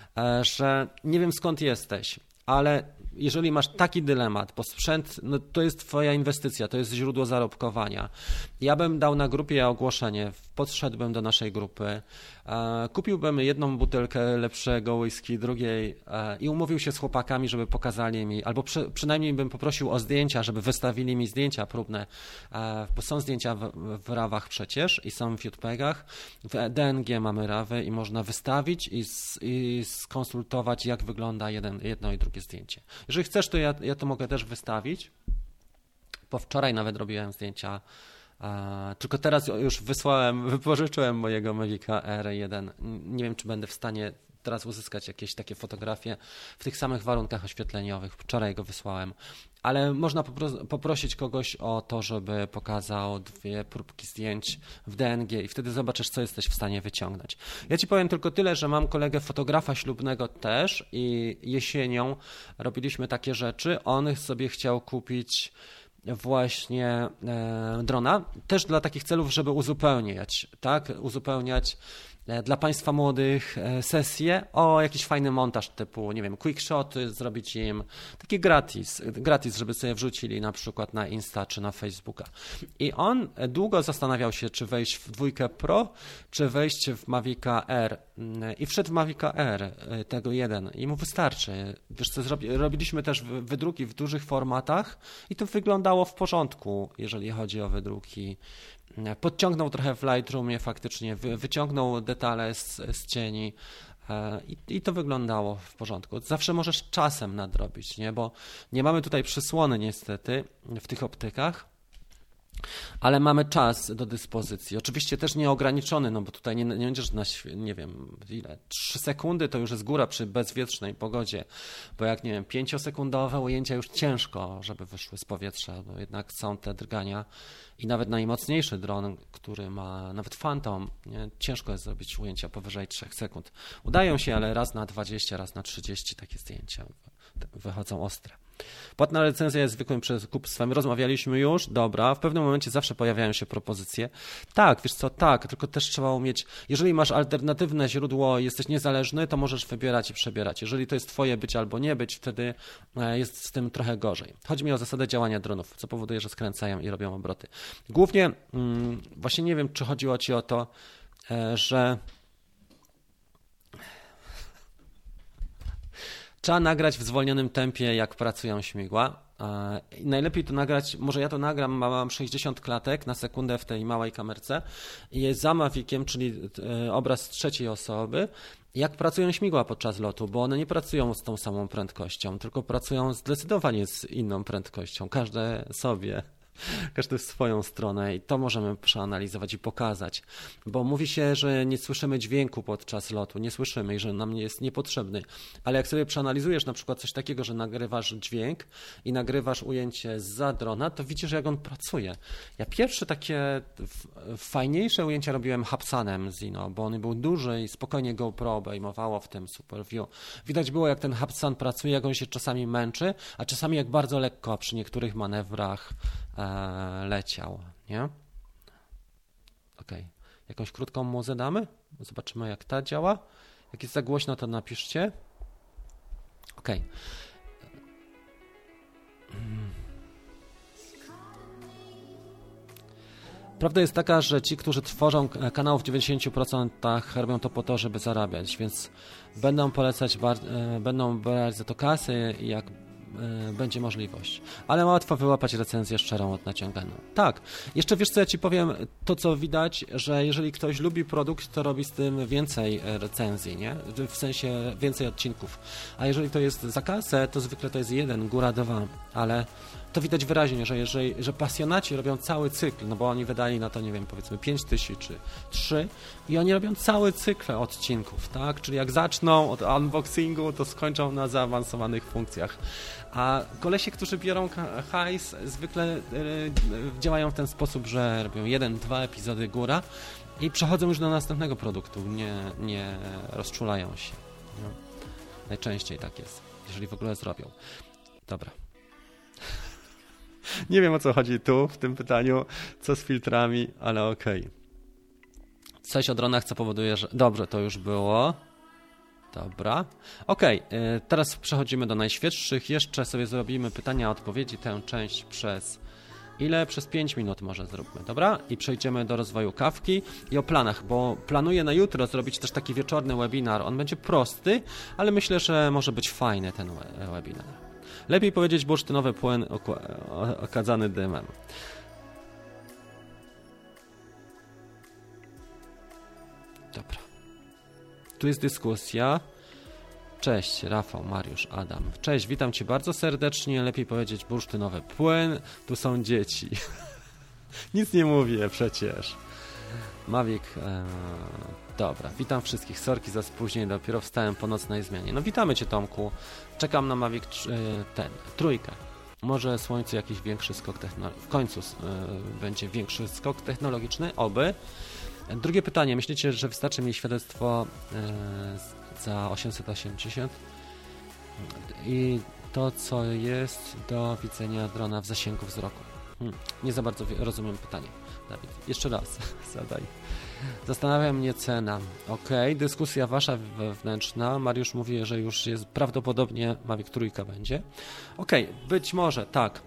że nie wiem skąd jesteś, ale jeżeli masz taki dylemat, bo sprzęt, no to jest Twoja inwestycja, to jest źródło zarobkowania. Ja bym dał na grupie ogłoszenie, podszedłbym do naszej grupy, kupiłbym jedną butelkę lepszego whisky, drugiej i umówił się z chłopakami, żeby pokazali mi, albo przynajmniej bym poprosił o zdjęcia, żeby wystawili mi zdjęcia próbne, bo są zdjęcia w RAW-ach przecież i są w JPEG-ach, w DNG mamy RAW-y i można wystawić i skonsultować, jak wygląda jedno i drugie zdjęcie. Jeżeli chcesz, to ja to mogę też wystawić, bo wczoraj nawet robiłem zdjęcia, tylko teraz już wypożyczyłem mojego Mavica R1. Nie wiem, czy będę w stanie teraz uzyskać jakieś takie fotografie w tych samych warunkach oświetleniowych. Wczoraj go wysłałem, ale można poprosić kogoś o to, żeby pokazał 2 próbki zdjęć w DNG i wtedy zobaczysz, co jesteś w stanie wyciągnąć. Ja Ci powiem tylko tyle, że mam kolegę fotografa ślubnego też i jesienią robiliśmy takie rzeczy. On sobie chciał kupić właśnie drona, też dla takich celów, żeby uzupełniać, tak? Uzupełniać dla Państwa młodych sesje o jakiś fajny montaż typu, nie wiem, quickshoty, zrobić im takie gratis, żeby sobie wrzucili na przykład na Insta czy na Facebooka. I on długo zastanawiał się, czy wejść w 2 Pro, czy wejść w Mavica R. I wszedł w Mavica R, tego 1 i mu wystarczy. Wiesz co, robiliśmy też wydruki w dużych formatach i to wyglądało w porządku, jeżeli chodzi o wydruki. Podciągnął trochę w Lightroomie faktycznie, wyciągnął detale z cieni i to wyglądało w porządku. Zawsze możesz czasem nadrobić, nie? Bo nie mamy tutaj przysłony niestety w tych optykach, ale mamy czas do dyspozycji. Oczywiście też nieograniczony, no bo tutaj nie będziesz nie wiem ile, 3 sekundy to już jest góra przy bezwietrznej pogodzie, bo jak nie wiem, 5-sekundowe ujęcia już ciężko, żeby wyszły z powietrza, bo jednak są te drgania i nawet najmocniejszy dron, który ma nawet Phantom, nie? Ciężko jest zrobić ujęcia powyżej 3 sekund. Udają się, ale raz na 20, raz na 30 takie zdjęcia wychodzą ostre. Płatna recenzja jest zwykłym przekupstwem. Rozmawialiśmy już, dobra, w pewnym momencie zawsze pojawiają się propozycje. Tak, wiesz co, tak, tylko też trzeba umieć, jeżeli masz alternatywne źródło, jesteś niezależny, to możesz wybierać i przebierać. Jeżeli to jest twoje być albo nie być, wtedy jest z tym trochę gorzej. Chodzi mi o zasadę działania dronów, co powoduje, że skręcają i robią obroty. Głównie, właśnie nie wiem, czy chodziło ci o to, że trzeba nagrać w zwolnionym tempie, jak pracują śmigła. Najlepiej to nagrać, może ja to nagram, mam 60 klatek na sekundę w tej małej kamerce i jest za Maviciem, czyli obraz z trzeciej osoby jak pracują śmigła podczas lotu, bo one nie pracują z tą samą prędkością, tylko pracują zdecydowanie z inną prędkością, każde sobie. Każdy w swoją stronę i to możemy przeanalizować i pokazać, bo mówi się, że nie słyszymy dźwięku podczas lotu, nie słyszymy i że nam jest niepotrzebny, ale jak sobie przeanalizujesz na przykład coś takiego, że nagrywasz dźwięk i nagrywasz ujęcie zza drona, to widzisz, jak on pracuje. Ja pierwsze takie fajniejsze ujęcia robiłem Hubsanem Zino, bo on był duży i spokojnie GoPro obejmowało w tym SuperView. Widać było, jak ten Hubsan pracuje, jak on się czasami męczy, a czasami jak bardzo lekko przy niektórych manewrach leciał, nie? Okej. Jakąś krótką muzę damy? Zobaczymy, jak ta działa. Jak jest za głośno, to napiszcie. Okej. Prawda jest taka, że ci, którzy tworzą kanał w 90% robią to po to, żeby zarabiać, więc będą brać za to kasy, jak będzie możliwość. Ale łatwo wyłapać recenzję szczerą od naciąganą. Tak. Jeszcze wiesz co, ja ci powiem, to co widać, że jeżeli ktoś lubi produkt, to robi z tym więcej recenzji, nie? W sensie więcej odcinków. A jeżeli to jest za kasę, to zwykle to jest 1, góra 2, ale to widać wyraźnie, że pasjonaci robią cały cykl, no bo oni wydali na to, nie wiem, powiedzmy 5000 czy 3 i oni robią cały cykl odcinków, tak? Czyli jak zaczną od unboxingu, to skończą na zaawansowanych funkcjach. A kolesie, którzy biorą hajs, zwykle działają w ten sposób, że robią 1-2 epizody góra i przechodzą już do następnego produktu, nie rozczulają się. No. Najczęściej tak jest, jeżeli w ogóle zrobią. Dobra. Nie wiem, o co chodzi tu w tym pytaniu, co z filtrami, ale okej. Coś o dronach, co powoduje, że... Dobrze, to już było. Dobra. Okej, teraz przechodzimy do najświeższych. Jeszcze sobie zrobimy pytania, odpowiedzi, tę część przez... Ile? Przez 5 minut może zróbmy, dobra? I przejdziemy do rozwoju kawki i o planach, bo planuję na jutro zrobić też taki wieczorny webinar. On będzie prosty, ale myślę, że może być fajny ten webinar. Lepiej powiedzieć bursztynowy płyn okadzany dymem. Dobra. Tu jest dyskusja. Cześć, Rafał, Mariusz, Adam. Cześć, witam Cię bardzo serdecznie. Lepiej powiedzieć bursztynowy płyn. Tu są dzieci. Nic nie mówię przecież. Mavic... Dobra, witam wszystkich. Sorki za spóźnienie, dopiero wstałem po nocnej zmianie. No witamy Cię, Tomku. Czekam na Mavic trójkę. Może słońcu jakiś większy skok technologiczny. W końcu będzie większy skok technologiczny, oby. Drugie pytanie. Myślicie, że wystarczy mi świadectwo za 880? I to, co jest do widzenia drona w zasięgu wzroku? Nie za bardzo rozumiem pytanie. Dawid, jeszcze raz zadaj. Zastanawia mnie cena. Okej, dyskusja wasza wewnętrzna. Mariusz mówi, że już jest prawdopodobnie Mavic trójka będzie. Okej, być może, tak.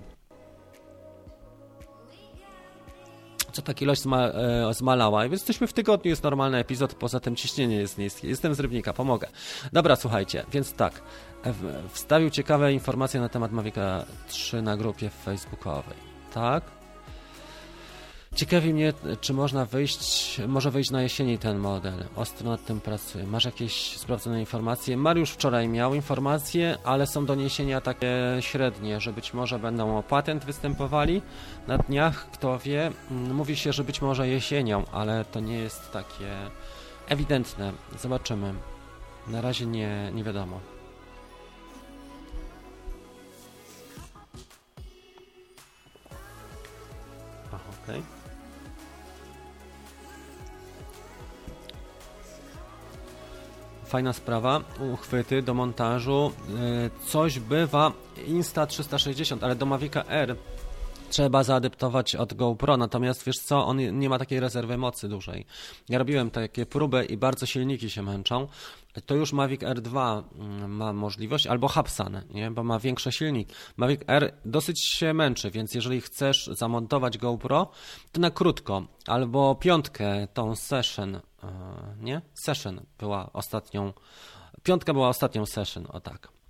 Co ta ilość zmalała, więc jesteśmy w tygodniu, jest normalny epizod, poza tym ciśnienie jest niskie. Jestem z Rybnika, pomogę. Dobra, słuchajcie, więc tak. Wstawił ciekawe informacje na temat Mavica 3 na grupie facebookowej. Tak? Ciekawi mnie, czy może wyjść na jesieni ten model. Ostro nad tym pracuję. Masz jakieś sprawdzone informacje? Mariusz wczoraj miał informacje, ale są doniesienia takie średnie, że być może będą o patent występowali na dniach, kto wie. Mówi się, że być może jesienią, ale to nie jest takie ewidentne. Zobaczymy. Na razie nie wiadomo. Okej. Fajna sprawa, uchwyty do montażu, coś bywa Insta360, ale do Mavica R trzeba zaadaptować od GoPro, natomiast wiesz co, on nie ma takiej rezerwy mocy dużej. Ja robiłem takie próby i bardzo silniki się męczą, to już Mavic R2 ma możliwość, albo Hubsan, nie? Bo ma większy silnik. Mavic R dosyć się męczy, więc jeżeli chcesz zamontować GoPro, to na krótko, albo 5, tą Session, nie? Session była ostatnią, 5 była ostatnią Session, o tak.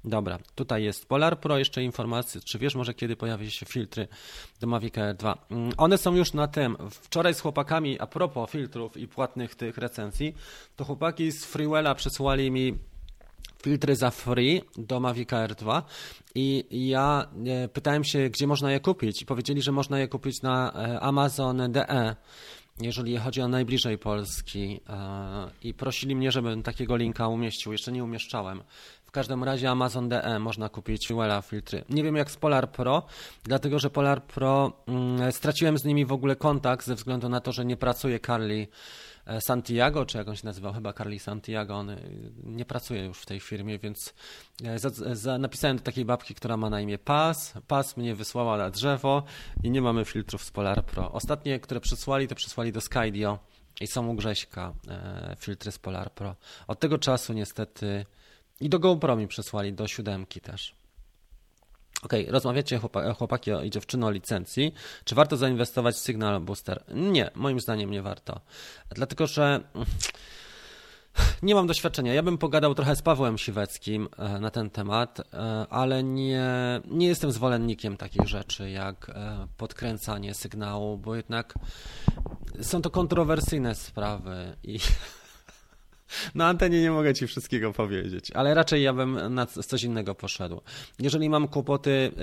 Dobra, tutaj jest Polar Pro, jeszcze informacje, czy wiesz może kiedy pojawią się filtry do Mavic Air 2? One są już na tym. Wczoraj z chłopakami, a propos filtrów i płatnych tych recenzji, to chłopaki z Freewella przesłali mi filtry za free do Mavic Air 2 i ja pytałem się, gdzie można je kupić i powiedzieli, że można je kupić na Amazon.de, jeżeli chodzi o najbliżej Polski i prosili mnie, żebym takiego linka umieścił, jeszcze nie umieszczałem. W każdym razie Amazon.de można kupić Freewella filtry. Nie wiem jak z Polar Pro, dlatego że Polar Pro straciłem z nimi w ogóle kontakt ze względu na to, że nie pracuje Carly Santiago, czy jak on się nazywał, chyba Carly Santiago, on nie pracuje już w tej firmie, więc napisałem do takiej babki, która ma na imię Paz mnie wysłała na drzewo i nie mamy filtrów z Polar Pro. Ostatnie, które przysłali, to przysłali do Skydio i są u Grześka filtry z Polar Pro. Od tego czasu niestety i do GoPro mi przysłali, do 7 też. Okej, rozmawiacie chłopaki i dziewczyny o licencji. Czy warto zainwestować w Signal Booster? Nie, moim zdaniem nie warto. Dlatego, że nie mam doświadczenia. Ja bym pogadał trochę z Pawłem Siweckim na ten temat, ale nie jestem zwolennikiem takich rzeczy jak podkręcanie sygnału, bo jednak są to kontrowersyjne sprawy i na antenie nie mogę Ci wszystkiego powiedzieć, ale raczej ja bym na coś innego poszedł. Jeżeli mam kłopoty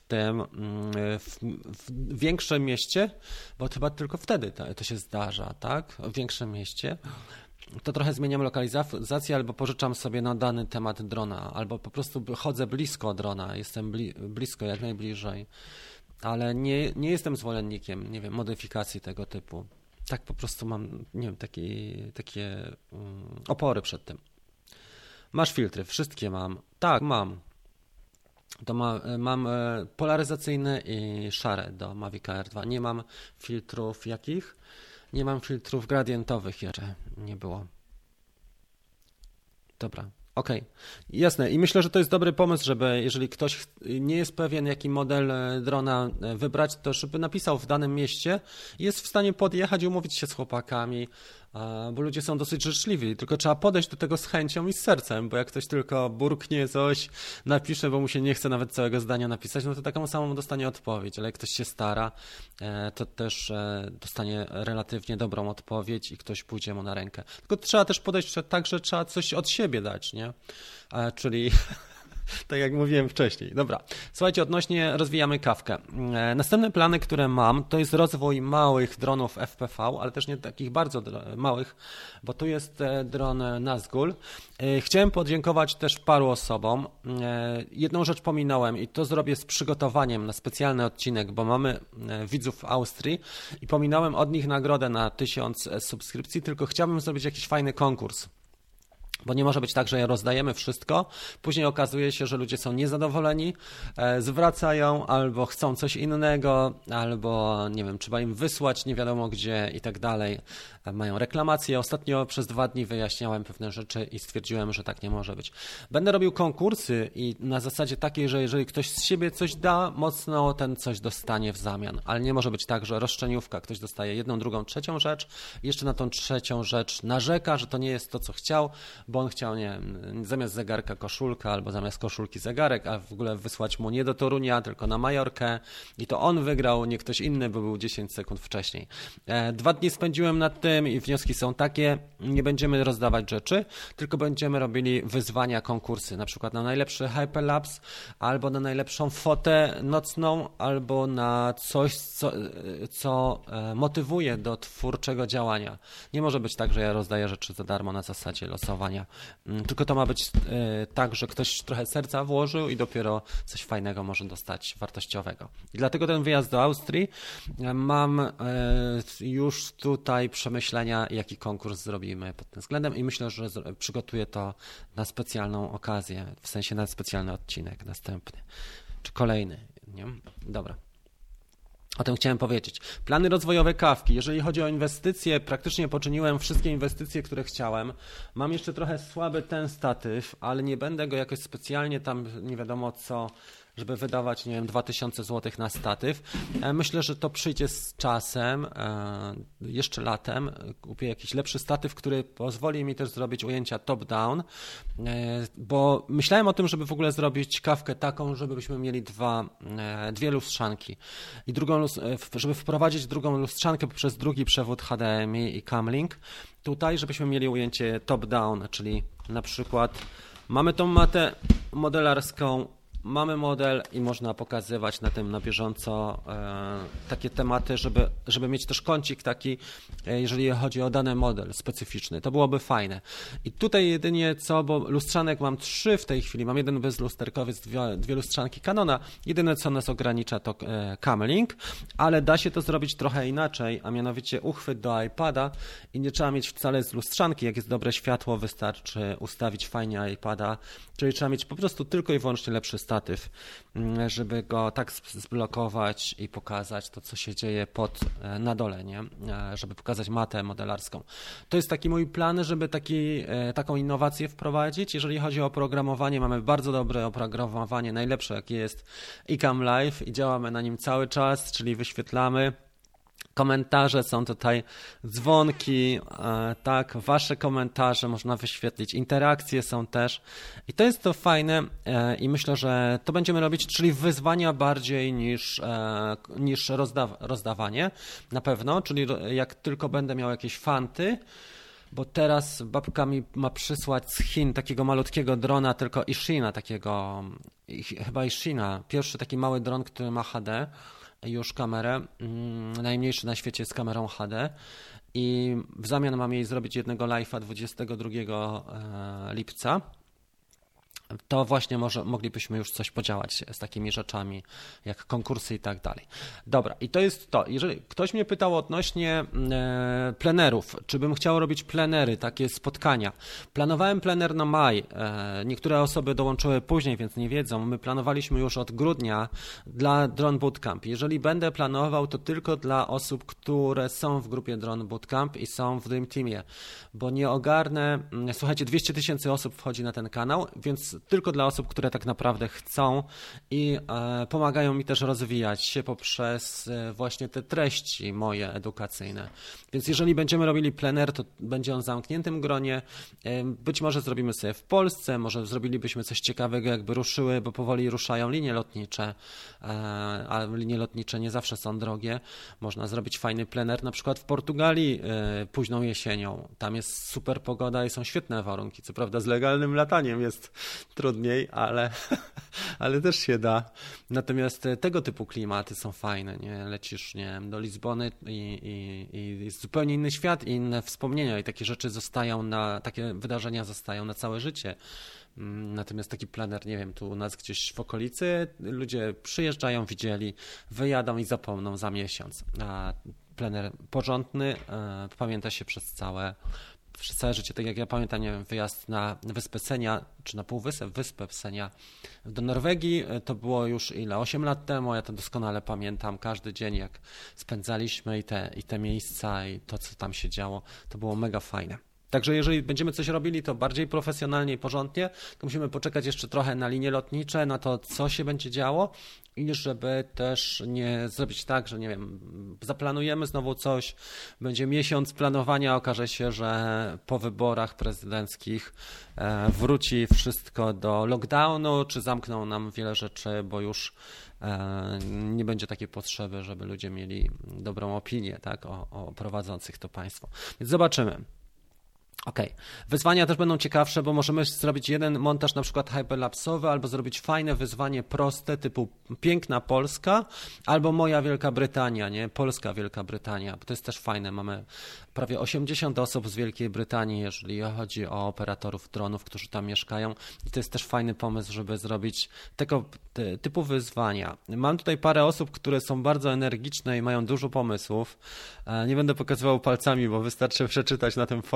w większym mieście, bo chyba tylko wtedy to się zdarza, tak? W większym mieście, to trochę zmieniam lokalizację albo pożyczam sobie na dany temat drona, albo po prostu chodzę blisko drona, jestem blisko, jak najbliżej, ale nie jestem zwolennikiem, nie wiem, modyfikacji tego typu. Tak po prostu mam, nie wiem, takie opory przed tym. Masz filtry, wszystkie mam. Tak, mam. To mam polaryzacyjne i szare do Mavic Air 2. Nie mam filtrów jakich? Nie mam filtrów gradientowych jeszcze. Nie było. Dobra. Okej, jasne. I myślę, że to jest dobry pomysł, żeby jeżeli ktoś nie jest pewien, jaki model drona wybrać, to żeby napisał w danym mieście i jest w stanie podjechać i umówić się z chłopakami, bo ludzie są dosyć życzliwi, tylko trzeba podejść do tego z chęcią i z sercem, bo jak ktoś tylko burknie coś, napisze, bo mu się nie chce nawet całego zdania napisać, no to taką samą dostanie odpowiedź, ale jak ktoś się stara, to też dostanie relatywnie dobrą odpowiedź i ktoś pójdzie mu na rękę. Tylko trzeba też podejść tak, że trzeba coś od siebie dać, nie? Czyli tak jak mówiłem wcześniej. Dobra, słuchajcie, odnośnie rozwijamy kawkę. Następne plany, które mam, to jest rozwój małych dronów FPV, ale też nie takich bardzo małych, bo tu jest dron Nazgul. Chciałem podziękować też paru osobom. Jedną rzecz pominąłem i to zrobię z przygotowaniem na specjalny odcinek, bo mamy widzów w Austrii i pominąłem od nich nagrodę na 1000 subskrypcji, tylko chciałbym zrobić jakiś fajny konkurs. Bo nie może być tak, że rozdajemy wszystko, później okazuje się, że ludzie są niezadowoleni, zwracają albo chcą coś innego, albo nie wiem, trzeba im wysłać nie wiadomo gdzie i tak dalej. Mają reklamacje. Ostatnio przez 2 dni wyjaśniałem pewne rzeczy i stwierdziłem, że tak nie może być. Będę robił konkursy i na zasadzie takiej, że jeżeli ktoś z siebie coś da, mocno ten coś dostanie w zamian. Ale nie może być tak, że roszczeniówka, ktoś dostaje 1, 2, 3 rzecz, jeszcze na tą 3 rzecz narzeka, że to nie jest to, co chciał, bo on chciał, nie wiem, zamiast zegarka koszulka, albo zamiast koszulki zegarek, a w ogóle wysłać mu nie do Torunia, tylko na Majorkę i to on wygrał, nie ktoś inny, bo był 10 sekund wcześniej. 2 dni spędziłem nad tym i wnioski są takie, nie będziemy rozdawać rzeczy, tylko będziemy robili wyzwania, konkursy, na przykład na najlepszy hyperlapse, albo na najlepszą fotę nocną, albo na coś, co motywuje do twórczego działania. Nie może być tak, że ja rozdaję rzeczy za darmo na zasadzie losowania, tylko to ma być tak, że ktoś trochę serca włożył i dopiero coś fajnego może dostać, wartościowego. I dlatego ten wyjazd do Austrii, mam już tutaj przemyślenia, jaki konkurs zrobimy pod tym względem i myślę, że przygotuję to na specjalną okazję, w sensie na specjalny odcinek następny, czy kolejny, nie? Dobra. O tym chciałem powiedzieć. Plany rozwojowe Kawki. Jeżeli chodzi o inwestycje, praktycznie poczyniłem wszystkie inwestycje, które chciałem. Mam jeszcze trochę słaby ten statyw, ale nie będę go jakoś specjalnie tam nie wiadomo co, żeby wydawać, nie wiem, 2000 zł na statyw. Myślę, że to przyjdzie z czasem, jeszcze latem. Kupię jakiś lepszy statyw, który pozwoli mi też zrobić ujęcia top-down, bo myślałem o tym, żeby w ogóle zrobić Kawkę taką, żebyśmy mieli dwie lustrzanki i żeby wprowadzić drugą lustrzankę poprzez drugi przewód HDMI i Camlink. Tutaj, żebyśmy mieli ujęcie top-down, czyli na przykład mamy tą matę modelarską, mamy model i można pokazywać na tym na bieżąco takie tematy, żeby mieć też kącik taki, jeżeli chodzi o dany model specyficzny. To byłoby fajne. I tutaj jedynie bo lustrzanek mam 3 w tej chwili. Mam jeden bezlusterkowiec, dwie lustrzanki Canona. Jedyne co nas ogranicza to Camlink, ale da się to zrobić trochę inaczej, a mianowicie uchwyt do iPada i nie trzeba mieć wcale z lustrzanki. Jak jest dobre światło, wystarczy ustawić fajnie iPada, czyli trzeba mieć po prostu tylko i wyłącznie lepszy statyw, żeby go tak zblokować i pokazać to, co się dzieje na dole, nie? Żeby pokazać matę modelarską. To jest taki mój plan, żeby taką innowację wprowadzić. Jeżeli chodzi o oprogramowanie, mamy bardzo dobre oprogramowanie, najlepsze jakie jest iCam Live i działamy na nim cały czas, czyli wyświetlamy. Komentarze są tutaj, dzwonki, tak, wasze komentarze można wyświetlić, interakcje są też i to jest to fajne i myślę, że to będziemy robić, czyli wyzwania bardziej niż rozdawanie na pewno, czyli jak tylko będę miał jakieś fanty, bo teraz babka mi ma przysłać z Chin takiego malutkiego drona, tylko Ishina takiego, chyba Ishina, pierwszy taki mały dron, który ma HD, już kamerę, najmniejszy na świecie z kamerą HD i w zamian mam jej zrobić jednego live'a 22 lipca. To właśnie moglibyśmy już coś podziałać z takimi rzeczami, jak konkursy i tak dalej. Dobra, i to jest to. Jeżeli ktoś mnie pytał odnośnie plenerów, czy bym chciał robić plenery, takie spotkania. Planowałem plener na maj. Niektóre osoby dołączyły później, więc nie wiedzą. My planowaliśmy już od grudnia dla Drone Bootcamp. Jeżeli będę planował, to tylko dla osób, które są w grupie Drone Bootcamp i są w Dream Teamie, bo nie ogarnę. Słuchajcie, 200 000 osób wchodzi na ten kanał, więc tylko dla osób, które tak naprawdę chcą i pomagają mi też rozwijać się poprzez właśnie te treści moje edukacyjne. Więc jeżeli będziemy robili plener, to będzie on w zamkniętym gronie. Być może zrobimy sobie w Polsce, może zrobilibyśmy coś ciekawego, jakby ruszyły, bo powoli ruszają linie lotnicze, a linie lotnicze nie zawsze są drogie. Można zrobić fajny plener, na przykład w Portugalii późną jesienią. Tam jest super pogoda i są świetne warunki. Co prawda z legalnym lataniem jest trudniej, ale też się da. Natomiast tego typu klimaty są fajne, nie? Lecisz, nie wiem, do Lizbony i jest zupełnie inny świat i inne wspomnienia i takie rzeczy takie wydarzenia zostają na całe życie. Natomiast taki plener, nie wiem, tu u nas gdzieś w okolicy ludzie przyjeżdżają, widzieli, wyjadą i zapomną za miesiąc. A plener porządny pamięta się przez całe życie. Tak jak ja pamiętam, nie wiem, wyjazd na Wyspę Senia, czy na Wyspę Senia do Norwegii, to było już 8 lat temu, ja to doskonale pamiętam, każdy dzień jak spędzaliśmy i te miejsca i to, co tam się działo, to było mega fajne. Także jeżeli będziemy coś robili, to bardziej profesjonalnie i porządnie, to musimy poczekać jeszcze trochę na linie lotnicze, na to, co się będzie działo i żeby też nie zrobić tak, że nie wiem, zaplanujemy znowu coś, będzie miesiąc planowania, okaże się, że po wyborach prezydenckich wróci wszystko do lockdownu, czy zamkną nam wiele rzeczy, bo już nie będzie takiej potrzeby, żeby ludzie mieli dobrą opinię, tak, o prowadzących to państwo. Więc zobaczymy. Okej. Wyzwania też będą ciekawsze, bo możemy zrobić jeden montaż na przykład hyperlapsowy, albo zrobić fajne wyzwanie proste typu piękna Polska, albo moja Wielka Brytania, nie? Polska Wielka Brytania, bo to jest też fajne. Mamy prawie 80 osób z Wielkiej Brytanii, jeżeli chodzi o operatorów dronów, którzy tam mieszkają i to jest też fajny pomysł, żeby zrobić tego typu wyzwania. Mam tutaj parę osób, które są bardzo energiczne i mają dużo pomysłów. Nie będę pokazywał palcami, bo wystarczy przeczytać na tym forum i widzieć,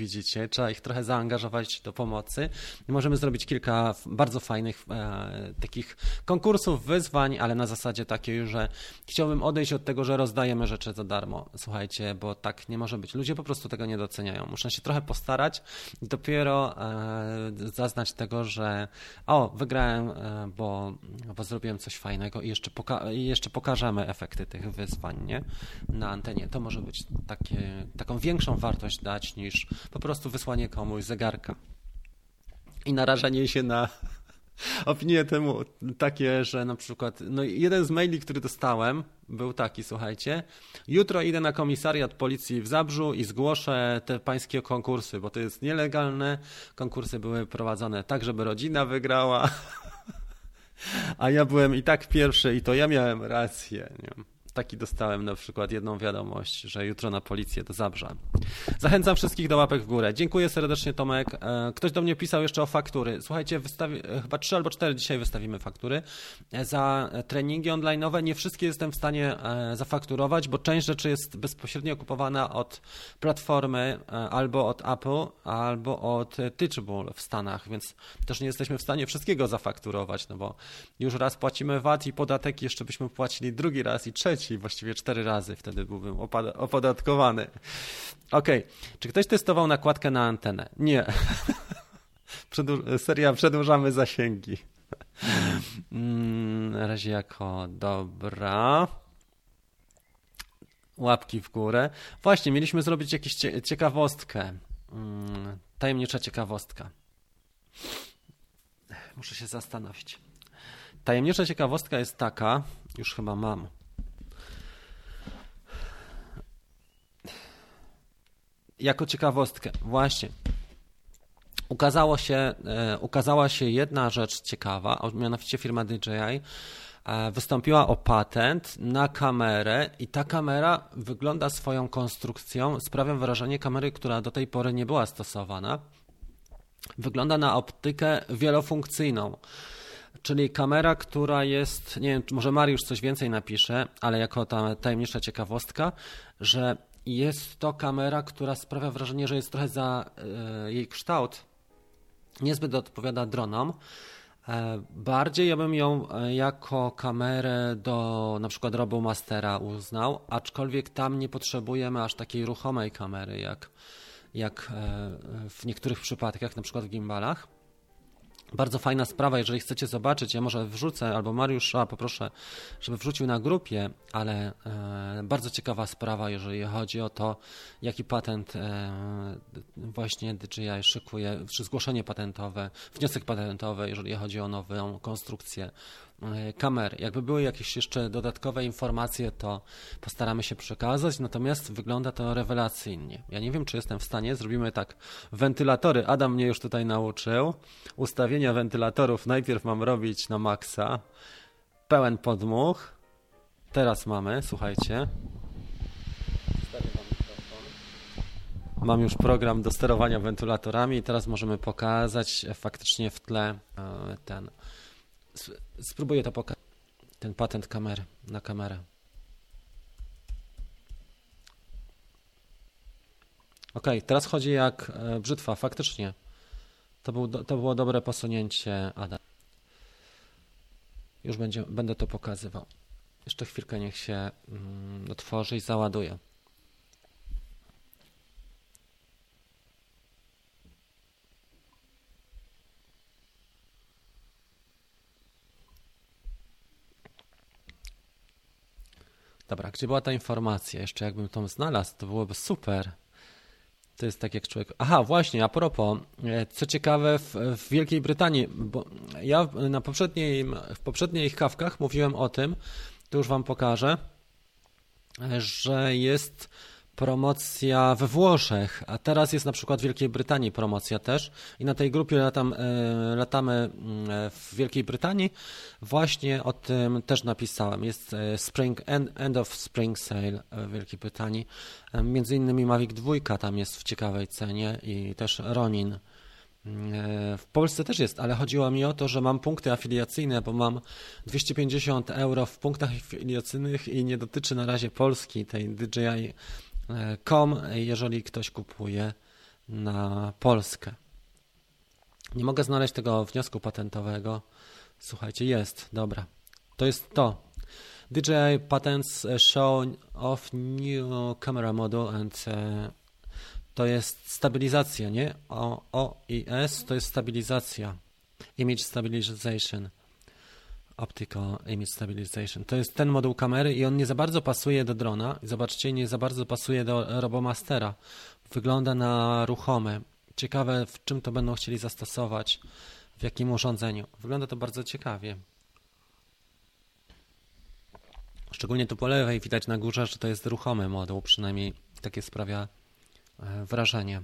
widzicie. Trzeba ich trochę zaangażować do pomocy. I możemy zrobić kilka bardzo fajnych takich konkursów, wyzwań, ale na zasadzie takiej, że chciałbym odejść od tego, że rozdajemy rzeczy za darmo. Słuchajcie, bo tak nie może być. Ludzie po prostu tego nie doceniają. Muszę się trochę postarać i dopiero zaznać tego, że wygrałem, bo zrobiłem coś fajnego i jeszcze pokażemy efekty tych wyzwań, nie? Na antenie. To może być taką większą wartość dać niż po prostu wysłanie komuś zegarka i narażanie się na opinie temu takie, że na przykład, jeden z maili, który dostałem, był taki, słuchajcie, jutro idę na komisariat policji w Zabrzu i zgłoszę te pańskie konkursy, bo to jest nielegalne. Konkursy były prowadzone tak, żeby rodzina wygrała, a ja byłem i tak pierwszy i to ja miałem rację, nie? Taki dostałem na przykład jedną wiadomość, że jutro na policję do Zabrza. Zachęcam wszystkich do łapek w górę. Dziękuję serdecznie, Tomek. Ktoś do mnie pisał jeszcze o faktury. Słuchajcie, chyba 3 albo 4 dzisiaj wystawimy faktury za treningi online'owe. Nie wszystkie jestem w stanie zafakturować, bo część rzeczy jest bezpośrednio kupowana od platformy albo od Apple, albo od Teachable w Stanach, więc też nie jesteśmy w stanie wszystkiego zafakturować, no bo już raz płacimy VAT i podatek, jeszcze byśmy płacili drugi raz i trzeci, właściwie 4 razy, wtedy byłbym opodatkowany. Okej. Czy ktoś testował nakładkę na antenę? Nie. Seria przedłużamy zasięgi. Na razie jako dobra. Łapki w górę. Właśnie, mieliśmy zrobić jakąś ciekawostkę. Tajemnicza ciekawostka. Muszę się zastanowić. Tajemnicza ciekawostka jest taka, już chyba mam. Jako ciekawostkę, właśnie. Ukazała się jedna rzecz ciekawa, a mianowicie firma DJI wystąpiła o patent na kamerę i ta kamera wygląda swoją konstrukcją, sprawia wrażenie kamery, która do tej pory nie była stosowana. Wygląda na optykę wielofunkcyjną, czyli kamera, która jest, nie wiem, może Mariusz coś więcej napisze, ale jako ta tajemnicza ciekawostka, że jest to kamera, która sprawia wrażenie, że jest trochę za jej kształt, niezbyt odpowiada dronom. Bardziej ja bym ją jako kamerę do na przykład RoboMastera uznał, aczkolwiek tam nie potrzebujemy aż takiej ruchomej kamery, jak w niektórych przypadkach, na przykład w gimbalach. Bardzo fajna sprawa, jeżeli chcecie zobaczyć, ja może wrzucę, albo Mariusza poproszę, żeby wrzucił na grupie, ale bardzo ciekawa sprawa, jeżeli chodzi o to, jaki patent właśnie DJI szykuje, czy zgłoszenie patentowe, wniosek patentowy, jeżeli chodzi o nową konstrukcję kamery. Jakby były jakieś jeszcze dodatkowe informacje, to postaramy się przekazać, natomiast wygląda to rewelacyjnie. Ja nie wiem, czy jestem w stanie, zrobimy tak, wentylatory, Adam mnie już tutaj nauczył, ustawienia wentylatorów najpierw mam robić na maksa, pełen podmuch, teraz mamy, słuchajcie, mam już program do sterowania wentylatorami i teraz możemy pokazać faktycznie w tle spróbuję to pokazać, ten patent kamery, na kamerę. Okej, teraz chodzi jak brzytwa, faktycznie. To było dobre posunięcie, Adam. Już będę to pokazywał. Jeszcze chwilkę niech się otworzy i załaduje. Dobra, gdzie była ta informacja? Jeszcze jakbym tą znalazł, to byłoby super. To jest tak jak człowiek... Aha, właśnie, a propos, co ciekawe w Wielkiej Brytanii, bo ja w poprzednich kawkach mówiłem o tym, to już wam pokażę, że jest promocja we Włoszech, a teraz jest na przykład w Wielkiej Brytanii promocja też i na tej grupie latamy w Wielkiej Brytanii, właśnie o tym też napisałem. Jest end of spring sale w Wielkiej Brytanii, między innymi Mavic 2 tam jest w ciekawej cenie i też Ronin. W Polsce też jest, ale chodziło mi o to, że mam punkty afiliacyjne, bo mam 250 euro w punktach afiliacyjnych i nie dotyczy na razie Polski, tej DJI.com, jeżeli ktoś kupuje na Polskę. Nie mogę znaleźć tego wniosku patentowego. Słuchajcie, jest, dobra. To jest to. DJI Patents show of new camera model and to jest stabilizacja, nie? OIS to jest stabilizacja. Image Stabilization. Optical Image Stabilization. To jest ten moduł kamery i on nie za bardzo pasuje do drona. Zobaczcie, nie za bardzo pasuje do Robomastera. Wygląda na ruchomy. Ciekawe, w czym to będą chcieli zastosować, w jakim urządzeniu. Wygląda to bardzo ciekawie. Szczególnie tu po lewej widać na górze, że to jest ruchomy moduł, przynajmniej takie sprawia wrażenie.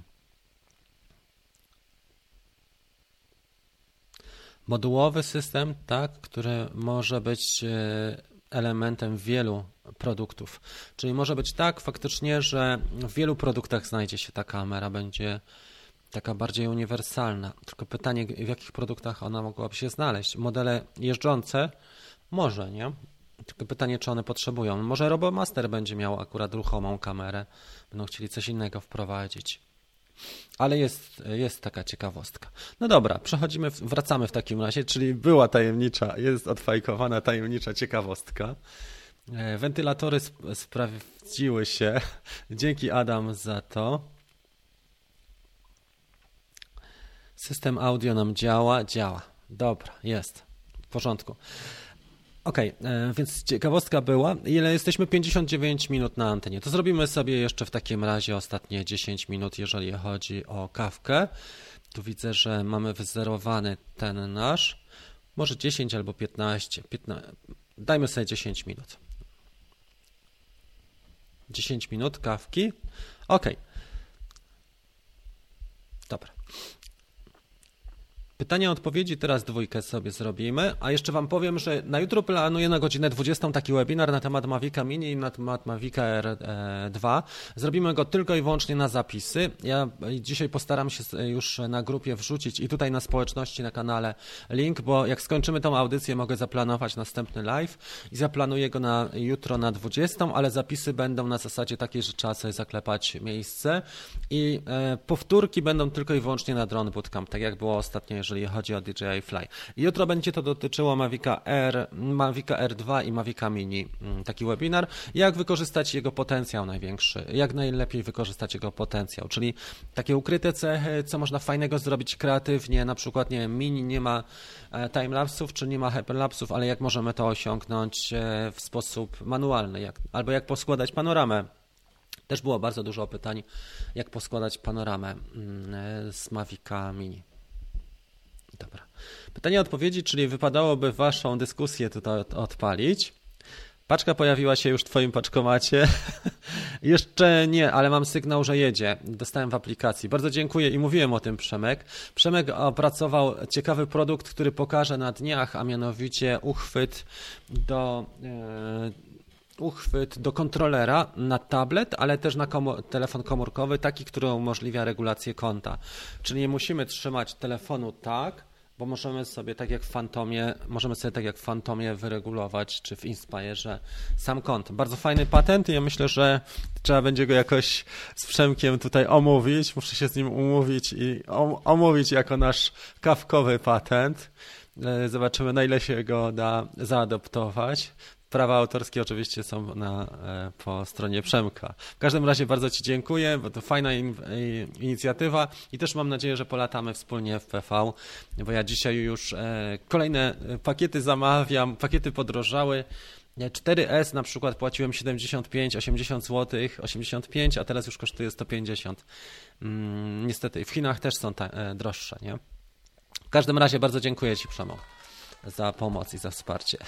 Modułowy system, tak, który może być elementem wielu produktów. Czyli może być tak faktycznie, że w wielu produktach znajdzie się ta kamera, będzie taka bardziej uniwersalna. Tylko pytanie, w jakich produktach ona mogłaby się znaleźć. Modele jeżdżące może, nie? Tylko pytanie, czy one potrzebują. Może Robomaster będzie miał akurat ruchomą kamerę. Będą chcieli coś innego wprowadzić. Ale jest taka ciekawostka. No dobra, wracamy w takim razie, czyli była tajemnicza, jest odfajkowana tajemnicza ciekawostka. Wentylatory sprawdziły się. Dzięki Adam za to. System audio nam działa. Dobra, jest. W porządku. Okej, więc ciekawostka była. Ile jesteśmy? 59 minut na antenie. To zrobimy sobie jeszcze w takim razie ostatnie 10 minut, jeżeli chodzi o kawkę. Tu widzę, że mamy wyzerowany ten nasz. Może 10 albo 15. Dajmy sobie 10 minut. 10 minut kawki. Okej. Dobra. Pytania, odpowiedzi, teraz dwójkę sobie zrobimy, a jeszcze Wam powiem, że na jutro planuję na godzinę 20 taki webinar na temat Mavica Mini i na temat Mavica R2. Zrobimy go tylko i wyłącznie na zapisy. Ja dzisiaj postaram się już na grupie wrzucić i tutaj na społeczności, na kanale link, bo jak skończymy tą audycję, mogę zaplanować następny live i zaplanuję go na jutro na 20, ale zapisy będą na zasadzie takiej, że trzeba sobie zaklepać miejsce i powtórki będą tylko i wyłącznie na Drone Bootcamp, tak jak było ostatnio, jeżeli chodzi o DJI Fly. Jutro będzie to dotyczyło Mavica R2 i Mavica Mini, taki webinar, jak wykorzystać jego potencjał największy, jak najlepiej wykorzystać jego potencjał, czyli takie ukryte cechy, co można fajnego zrobić kreatywnie, na przykład, nie wiem, Mini nie ma timelapsów, czy nie ma hyperlapsów, ale jak możemy to osiągnąć w sposób manualny, albo jak poskładać panoramę. Też było bardzo dużo pytań, jak poskładać panoramę z Mavica Mini. Dobra. Pytanie, odpowiedzi, czyli wypadałoby Waszą dyskusję tutaj odpalić. Paczka pojawiła się już w Twoim paczkomacie. Jeszcze nie, ale mam sygnał, że jedzie. Dostałem w aplikacji. Bardzo dziękuję i mówiłem o tym, Przemek. Przemek opracował ciekawy produkt, który pokażę na dniach, a mianowicie uchwyt do kontrolera na tablet, ale też na telefon komórkowy, taki, który umożliwia regulację kąta. Czyli nie musimy trzymać telefonu tak, bo możemy sobie tak jak w Fantomie wyregulować, czy w Inspire sam kąt. Bardzo fajny patent i ja myślę, że trzeba będzie go jakoś z Przemkiem tutaj omówić. Muszę się z nim umówić i omówić jako nasz kawkowy patent. Zobaczymy, na ile się go da zaadoptować. Prawa autorskie oczywiście są po stronie Przemka. W każdym razie bardzo Ci dziękuję, bo to fajna inicjatywa i też mam nadzieję, że polatamy wspólnie w PV, bo ja dzisiaj już kolejne pakiety zamawiam, pakiety podrożały. 4S na przykład płaciłem 75-80 zł, 85, a teraz już kosztuje 150. Niestety w Chinach też są droższe, nie? W każdym razie bardzo dziękuję Ci, Przemo, za pomoc i za wsparcie.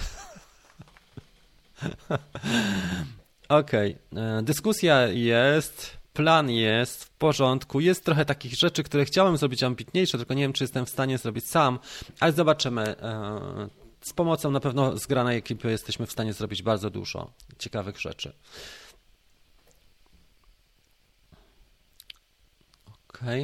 Okej, dyskusja jest, plan jest w porządku, jest trochę takich rzeczy, które chciałem zrobić ambitniejsze, tylko nie wiem, czy jestem w stanie zrobić sam, ale zobaczymy. Z pomocą na pewno zgranej ekipy jesteśmy w stanie zrobić bardzo dużo ciekawych rzeczy. Okej.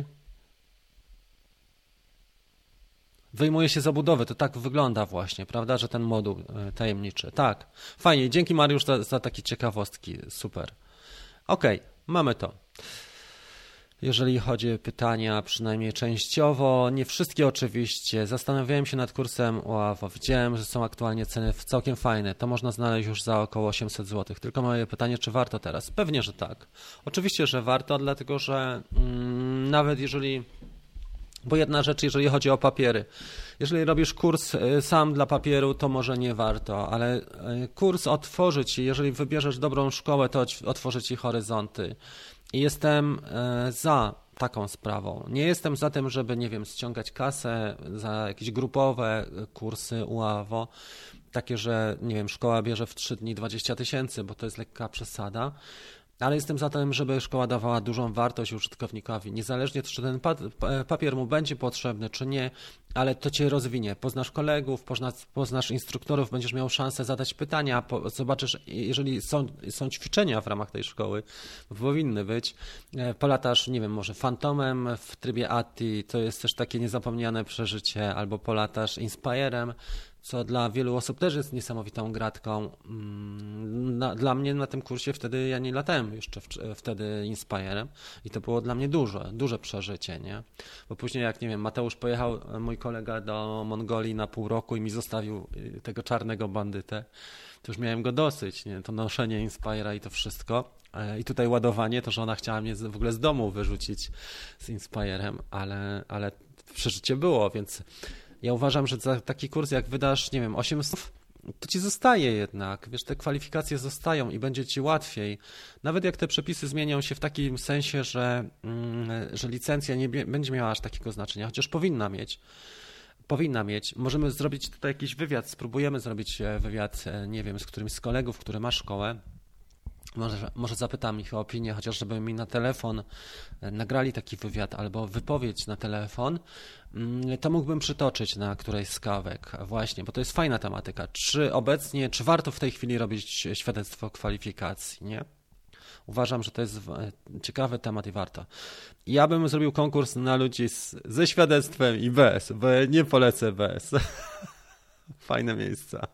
Wyjmuje się z obudowy, to tak wygląda właśnie, prawda, że ten moduł tajemniczy. Tak, fajnie, dzięki Mariusz za takie ciekawostki, super. Okej, mamy to. Jeżeli chodzi o pytania, przynajmniej częściowo, nie wszystkie oczywiście. Zastanawiałem się nad kursem UAWO. Widziałem, że są aktualnie ceny całkiem fajne. To można znaleźć już za około 800 zł. Tylko moje pytanie, czy warto teraz? Pewnie, że tak. Oczywiście, że warto, dlatego że nawet jeżeli... Bo jedna rzecz, jeżeli chodzi o papiery. Jeżeli robisz kurs sam dla papieru, to może nie warto, ale kurs otworzy ci, jeżeli wybierzesz dobrą szkołę, to otworzy ci horyzonty. I jestem za taką sprawą. Nie jestem za tym, żeby, nie wiem, ściągać kasę za jakieś grupowe kursy UAWO, takie, że, nie wiem, szkoła bierze w 3 dni 20 000, bo to jest lekka przesada. Ale jestem za tym, żeby szkoła dawała dużą wartość użytkownikowi. Niezależnie, czy ten papier mu będzie potrzebny, czy nie, ale to cię rozwinie. Poznasz kolegów, poznasz instruktorów, będziesz miał szansę zadać pytania, zobaczysz, jeżeli są ćwiczenia w ramach tej szkoły, powinny być, polatasz, nie wiem, może Fantomem w trybie ATI, to jest też takie niezapomniane przeżycie, albo polatasz Inspirem, co dla wielu osób też jest niesamowitą gratką. Dla mnie na tym kursie wtedy, ja nie latałem jeszcze wtedy Inspirem i to było dla mnie duże przeżycie, nie? Bo później jak, nie wiem, Mateusz pojechał, mój kolega, do Mongolii na pół roku i mi zostawił tego czarnego bandytę, to już miałem go dosyć, nie? To noszenie Inspira i to wszystko. I tutaj ładowanie, to że ona chciała mnie w ogóle z domu wyrzucić z Inspirem, ale przeżycie było, więc ja uważam, że za taki kurs jak wydasz, nie wiem, 800, to ci zostaje jednak, wiesz, te kwalifikacje zostają i będzie ci łatwiej. Nawet jak te przepisy zmienią się w takim sensie, że licencja nie będzie miała aż takiego znaczenia, chociaż powinna mieć. Możemy zrobić tutaj jakiś wywiad, spróbujemy zrobić wywiad, nie wiem, z którymś z kolegów, który ma szkołę. Może zapytam ich o opinię, chociaż żeby mi na telefon nagrali taki wywiad albo wypowiedź na telefon, to mógłbym przytoczyć na którejś z kawek właśnie, bo to jest fajna tematyka. Czy warto w tej chwili robić świadectwo kwalifikacji, nie? Uważam, że to jest ciekawy temat i warto. Ja bym zrobił konkurs na ludzi ze świadectwem i bez, bo ja nie polecę bez. Fajne miejsca.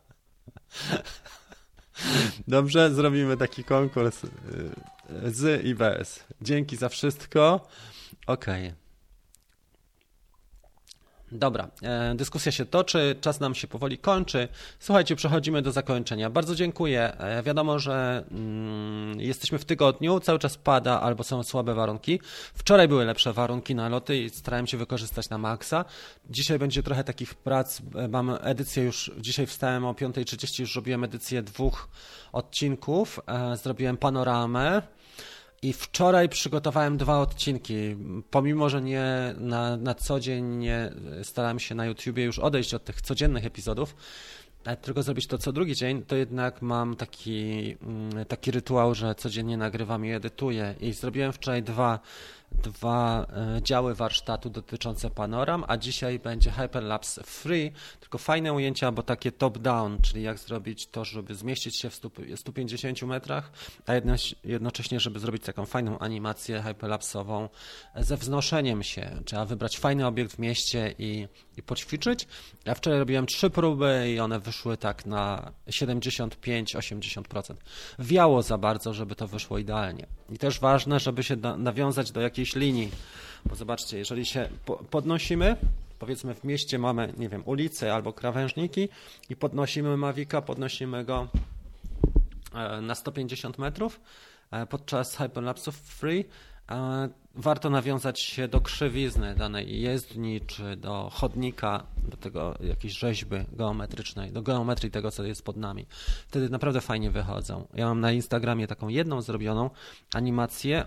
Dobrze, zrobimy taki konkurs z i bez. Dzięki za wszystko. Okej. Dobra, dyskusja się toczy, czas nam się powoli kończy. Słuchajcie, przechodzimy do zakończenia. Bardzo dziękuję. Wiadomo, że jesteśmy w tygodniu, cały czas pada albo są słabe warunki. Wczoraj były lepsze warunki na loty i starałem się wykorzystać na maksa. Dzisiaj będzie trochę takich prac. Mam edycję już, dzisiaj wstałem o 5:30, już robiłem edycję 2 odcinków. Zrobiłem panoramę. I wczoraj przygotowałem 2 odcinki, pomimo że nie na co dzień nie starałem się na YouTubie już odejść od tych codziennych epizodów, tylko zrobić to co drugi dzień, to jednak mam taki rytuał, że codziennie nagrywam i edytuję i zrobiłem wczoraj dwa działy warsztatu dotyczące panoram, a dzisiaj będzie Hyperlapse Free, tylko fajne ujęcia, bo takie top-down, czyli jak zrobić to, żeby zmieścić się w 150 metrach, a jednocześnie, żeby zrobić taką fajną animację hyperlapsową ze wznoszeniem się. Trzeba wybrać fajny obiekt w mieście i poćwiczyć. Ja wczoraj robiłem 3 próby i one wyszły tak na 75-80%. Wiało za bardzo, żeby to wyszło idealnie. I też ważne, żeby się nawiązać do jakiejś linii, bo zobaczcie, jeżeli się podnosimy, powiedzmy w mieście mamy, nie wiem, ulice albo krawężniki i podnosimy Mavica, podnosimy go na 150 metrów podczas Hyperlapsów Free, warto nawiązać się do krzywizny danej jezdni, czy do chodnika, do tego jakiejś rzeźby geometrycznej, do geometrii tego, co jest pod nami. Wtedy naprawdę fajnie wychodzą. Ja mam na Instagramie taką jedną zrobioną animację,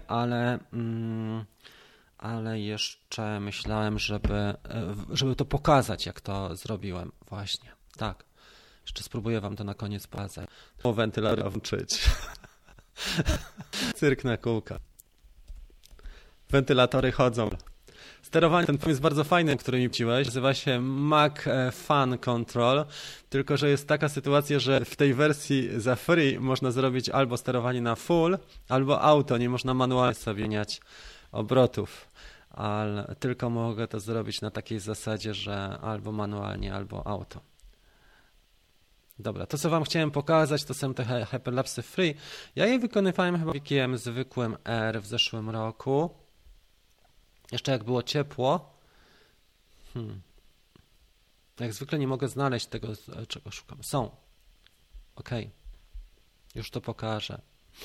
ale jeszcze myślałem, żeby to pokazać, jak to zrobiłem. Właśnie, tak. Jeszcze spróbuję wam to na koniec pokazać. O wentylator włączyć. Cyrk na kółka. Wentylatory chodzą. Sterowanie, ten jest bardzo fajny, który mi wciłeś. Nazywa się Mac Fan Control, tylko że jest taka sytuacja, że w tej wersji za free można zrobić albo sterowanie na full, albo auto. Nie można manualnie sobie zmieniać obrotów, ale tylko mogę to zrobić na takiej zasadzie, że albo manualnie, albo auto. Dobra, to co wam chciałem pokazać, to są te Hyperlapsy Free. Ja je wykonywałem chyba wikiem zwykłym R w zeszłym roku. Jeszcze jak było ciepło, jak zwykle nie mogę znaleźć tego, czego szukam. Są. Ok. Już to pokażę.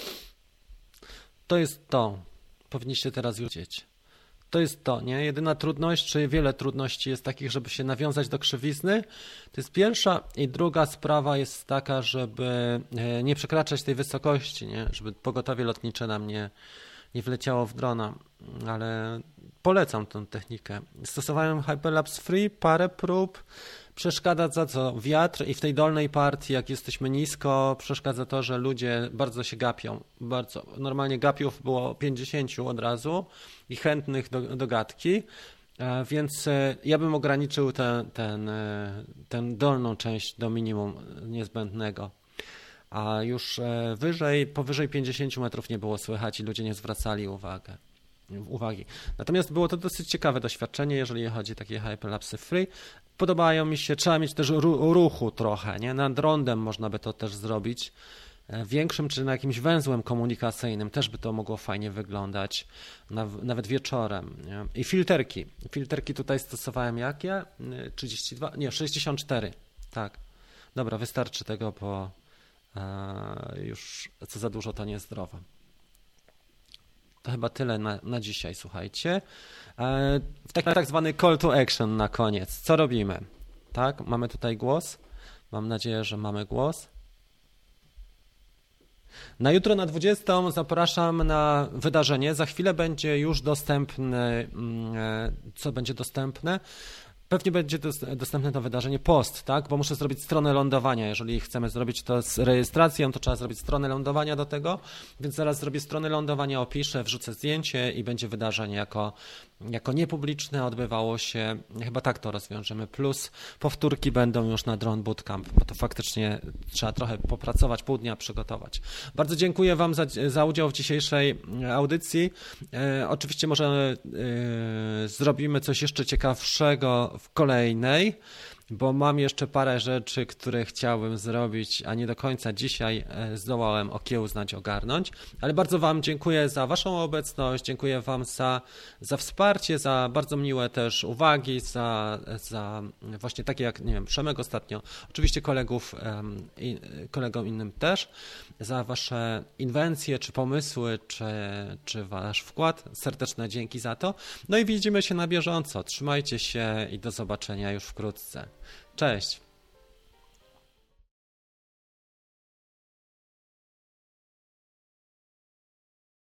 To jest to. Powinniście teraz już wiedzieć. To jest to, nie? Jedyna trudność, czy wiele trudności jest takich, żeby się nawiązać do krzywizny. To jest pierwsza i druga sprawa jest taka, żeby nie przekraczać tej wysokości, nie? Żeby pogotowie lotnicze nam nie wleciało w drona, ale polecam tę technikę. Stosowałem Hyperlapse Free, parę prób. Przeszkadza za co? Wiatr i w tej dolnej partii, jak jesteśmy nisko, przeszkadza to, że ludzie bardzo się gapią. Bardzo. Normalnie gapiów było 50 od razu i chętnych do gadki, więc ja bym ograniczył tę dolną część do minimum niezbędnego. A już powyżej 50 metrów nie było słychać i ludzie nie zwracali uwagi. Natomiast było to dosyć ciekawe doświadczenie, jeżeli chodzi o takie Hyperlapse Free. Podobają mi się, trzeba mieć też ruchu trochę, nie? Nad rondem można by to też zrobić. Większym czy na jakimś węzłem komunikacyjnym też by to mogło fajnie wyglądać, nawet wieczorem. Nie? I filterki. Filterki tutaj stosowałem jakie? 32? Nie, 64. Tak. Dobra, wystarczy tego, bo już co za dużo to niezdrowe. To chyba tyle na dzisiaj, słuchajcie. Tak zwany call to action na koniec. Co robimy? Tak, mamy tutaj głos. Mam nadzieję, że mamy głos. Na jutro na 20 zapraszam na wydarzenie. Za chwilę będzie już dostępne, co będzie dostępne? Pewnie będzie dostępne to wydarzenie post, tak? Bo muszę zrobić stronę lądowania. Jeżeli chcemy zrobić to z rejestracją, to trzeba zrobić stronę lądowania do tego, więc zaraz zrobię stronę lądowania, opiszę, wrzucę zdjęcie i będzie wydarzenie jako niepubliczne, odbywało się, chyba tak to rozwiążemy, plus powtórki będą już na Drone Bootcamp, bo to faktycznie trzeba trochę popracować, pół dnia przygotować. Bardzo dziękuję Wam za udział w dzisiejszej audycji. Oczywiście może zrobimy coś jeszcze ciekawszego w kolejnej, bo mam jeszcze parę rzeczy, które chciałbym zrobić, a nie do końca dzisiaj zdołałem okiełznać, ogarnąć, ale bardzo Wam dziękuję za Waszą obecność, dziękuję Wam za wsparcie, za bardzo miłe też uwagi, za właśnie takie jak, nie wiem, Przemek ostatnio, oczywiście kolegom innym też, za Wasze inwencje, czy pomysły, czy Wasz wkład. Serdeczne dzięki za to. No i widzimy się na bieżąco. Trzymajcie się i do zobaczenia już wkrótce. Cześć!